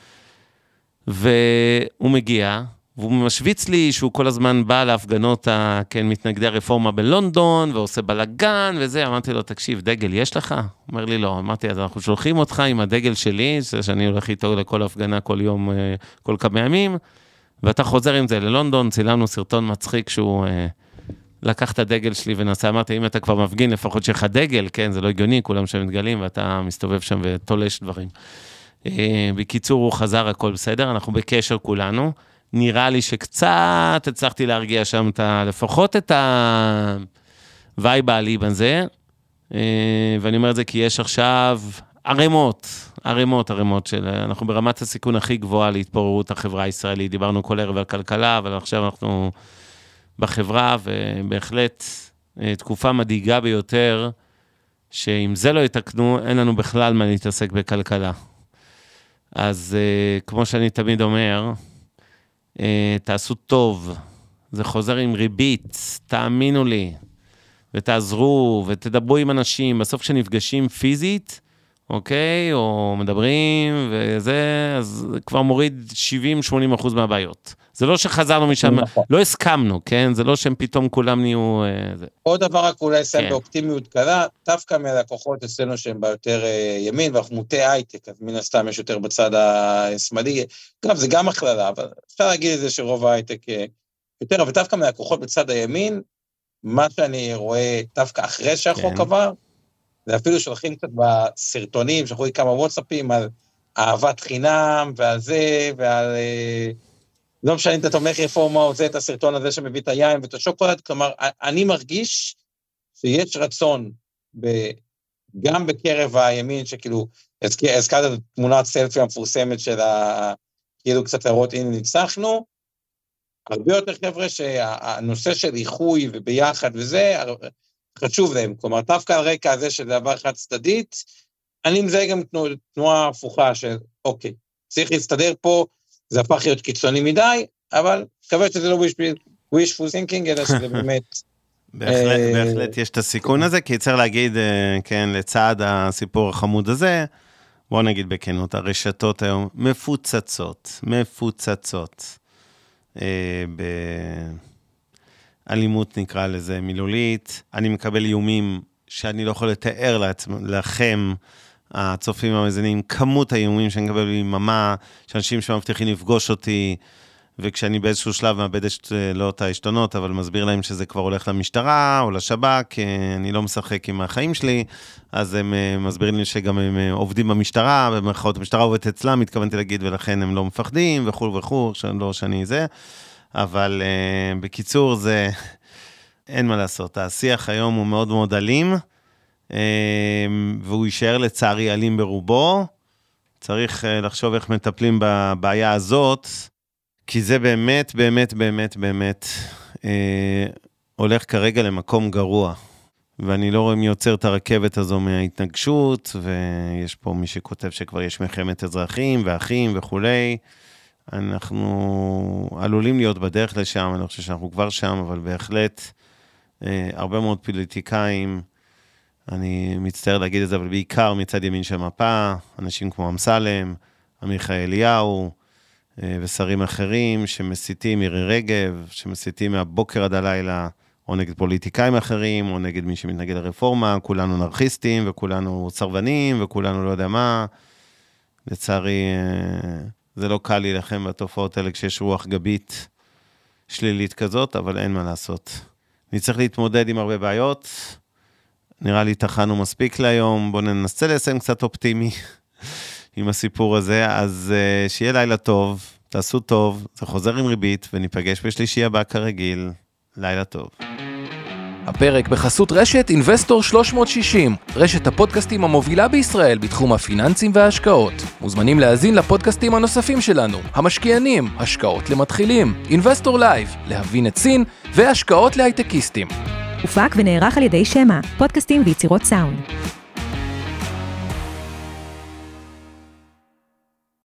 והוא מגיע, והוא משוויץ לי שהוא כל הזמן בא להפגנות, כן, מתנגדי הרפורמה בלונדון, ועושה בלגן וזה, אמרתי לו, תקשיב, דגל יש לך? הוא אומר לי, לא, אמרתי, אז אנחנו שולחים אותך עם הדגל שלי, שאני הולך איתו לכל הפגנה כל יום, כל כמה ימים, ואתה חוזר עם זה ללונדון, צילמנו סרטון מצחיק שהוא לקח את הדגל שלי ונסע, אמרתי, אם אתה כבר מפגין, לפחות שלך דגל, כן, זה לא הגיוני, כולם שם מתגלים, ואתה מסתובב שם ותולש דברים. בקיצור, הוא חזר, הכל בסדר, אנחנו בקשר כולנו, נראה לי שקצת הצלחתי להרגיע שם את ה, לפחות את הווייב העליב הזה, ואני אומר את זה כי יש עכשיו ערימות, ערימות, ערימות של, אנחנו ברמת הסיכון הכי גבוהה להתפוררות החברה הישראלית, דיברנו כל ערב על כלכלה, אבל עכשיו אנחנו בחברה, ובהחלט תקופה מדאיגה ביותר, שאם זה לא יתקנו, אין לנו בכלל מה להתעסק בכלכלה. אז כמו שאני תמיד אומר, תעשו טוב, זה חוזר עם ריבית, תאמינו לי, ותעזרו, ותדברו עם אנשים, בסוף כשנפגשים פיזית, אוקיי, או מדברים, וזה, אז כבר מוריד שבעים שמונים אחוז מהבעיות. זה לא שחזרנו משם, לא הסכמנו, כן? זה לא שהם פתאום כולם נהיו... עוד דבר רק אולי סיים באופטימיות קלה, דווקא מהלקוחות אצלנו שהם ביותר ימין, ואנחנו מוטי הייטק, אז מן הסתם יש יותר בצד השמאלי, גם זה גם הכללה, אבל אפשר להגיד את זה שרוב ההייטק יותר, ודווקא מהלקוחות בצד הימין, מה שאני רואה דווקא אחרי שהחוק עבר, זה אפילו שולחים קצת בסרטונים, שלחו לי כמה וואטסאפים על אהבת חינם, ועל זה, ועל... לא משנה, אתה תומך רפורמה, או זה את הסרטון הזה שמביא את היין ואת השוקולד, כלומר, אני מרגיש שיש רצון, ב... גם בקרב הימין, שכאילו, הזכרת את תמונת סלפי המפורסמת של ה... כאילו קצת להראות, הנה ניצחנו, הרבה יותר חבר'ה שהנושא של איחוי וביחד וזה, חשוב להם, כלומר, דווקא על רקע הזה שזה דבר חד צדדית, אני מזהה גם תנוע, תנועה הפוכה של, אוקיי, צריך להסתדר פה, זה הפך להיות קיצוני מדי, אבל מקווה שזה לא wishful thinking, אלא שזה באמת... בהחלט, בהחלט יש את הסיכון הזה, כי צריך להגיד, כן, לצד הסיפור החמוד הזה, בואו נגיד בכנות, הרשתות היום מפוצצות, מפוצצות, באלימות נקרא לזה, מילולית, אני מקבל איומים שאני לא יכול לתאר לעצמם, לכם, הצופים המזינים, כמות האיומים שאני מקבל ביממה, שאנשים שמבטיחים לפגוש אותי, וכשאני באיזשהו שלב מאבד לא את העשתונות, אבל מסביר להם שזה כבר הולך למשטרה או לשב"כ, אני לא משחק עם החיים שלי, אז הם מסבירים לי שגם הם עובדים במשטרה, במרכאות המשטרה עובדת אצלם, התכוונתי להגיד, ולכן הם לא מפחדים, וכו' וכו', לא שאני זה, אבל uh, בקיצור זה, אין מה לעשות, השיח היום הוא מאוד מאוד אלים, uh, והוא יישאר לצערי אלים ברובו, צריך uh, לחשוב איך מטפלים בבעיה הזאת, כי זה באמת, באמת, באמת, באמת, אה, הולך כרגע למקום גרוע. ואני לא רואה מי יוצר את הרכבת הזו מההתנגשות, ויש פה מי שכותב שכבר יש מלחמת אזרחים ואחים וכולי. אנחנו עלולים להיות בדרך לשם, אני לא חושב שאנחנו כבר שם, אבל בהחלט אה, הרבה מאוד פוליטיקאים, אני מצטער להגיד את זה, אבל בעיקר מצד ימין של מפה, אנשים כמו אמסלם, עמיחי אליהו, ושרים אחרים שמסיתים, מירי רגב, שמסיתים מהבוקר עד הלילה, או נגד פוליטיקאים אחרים, או נגד מי שמתנגד לרפורמה, כולנו נרחיסטים, וכולנו סרבנים, וכולנו לא יודע מה. לצערי, זה לא קל להילחם בתופעות האלה, כשיש רוח גבית שלילית כזאת, אבל אין מה לעשות. אני צריך להתמודד עם הרבה בעיות, נראה לי תחנו מספיק להיום, בואו ננסה לסיים קצת אופטימי. עם הסיפור הזה, אז uh, שיהיה לילה טוב, תעשו טוב, זה חוזר עם ריבית, וניפגש בשלישי הבא כרגיל, לילה טוב. הפרק בחסות רשת אינבסטור שלוש מאות שישים, רשת הפודקאסטים המובילה בישראל בתחום הפיננסים וההשקעות. מוזמנים להאזין לפודקאסטים הנוספים שלנו, המשקיענים, השקעות למתחילים, אינבסטור לייב, להבין את סין, והשקעות להייטקיסטים. הופק ונערך על ידי שמה, פודקאסטים ויצירות סאונד.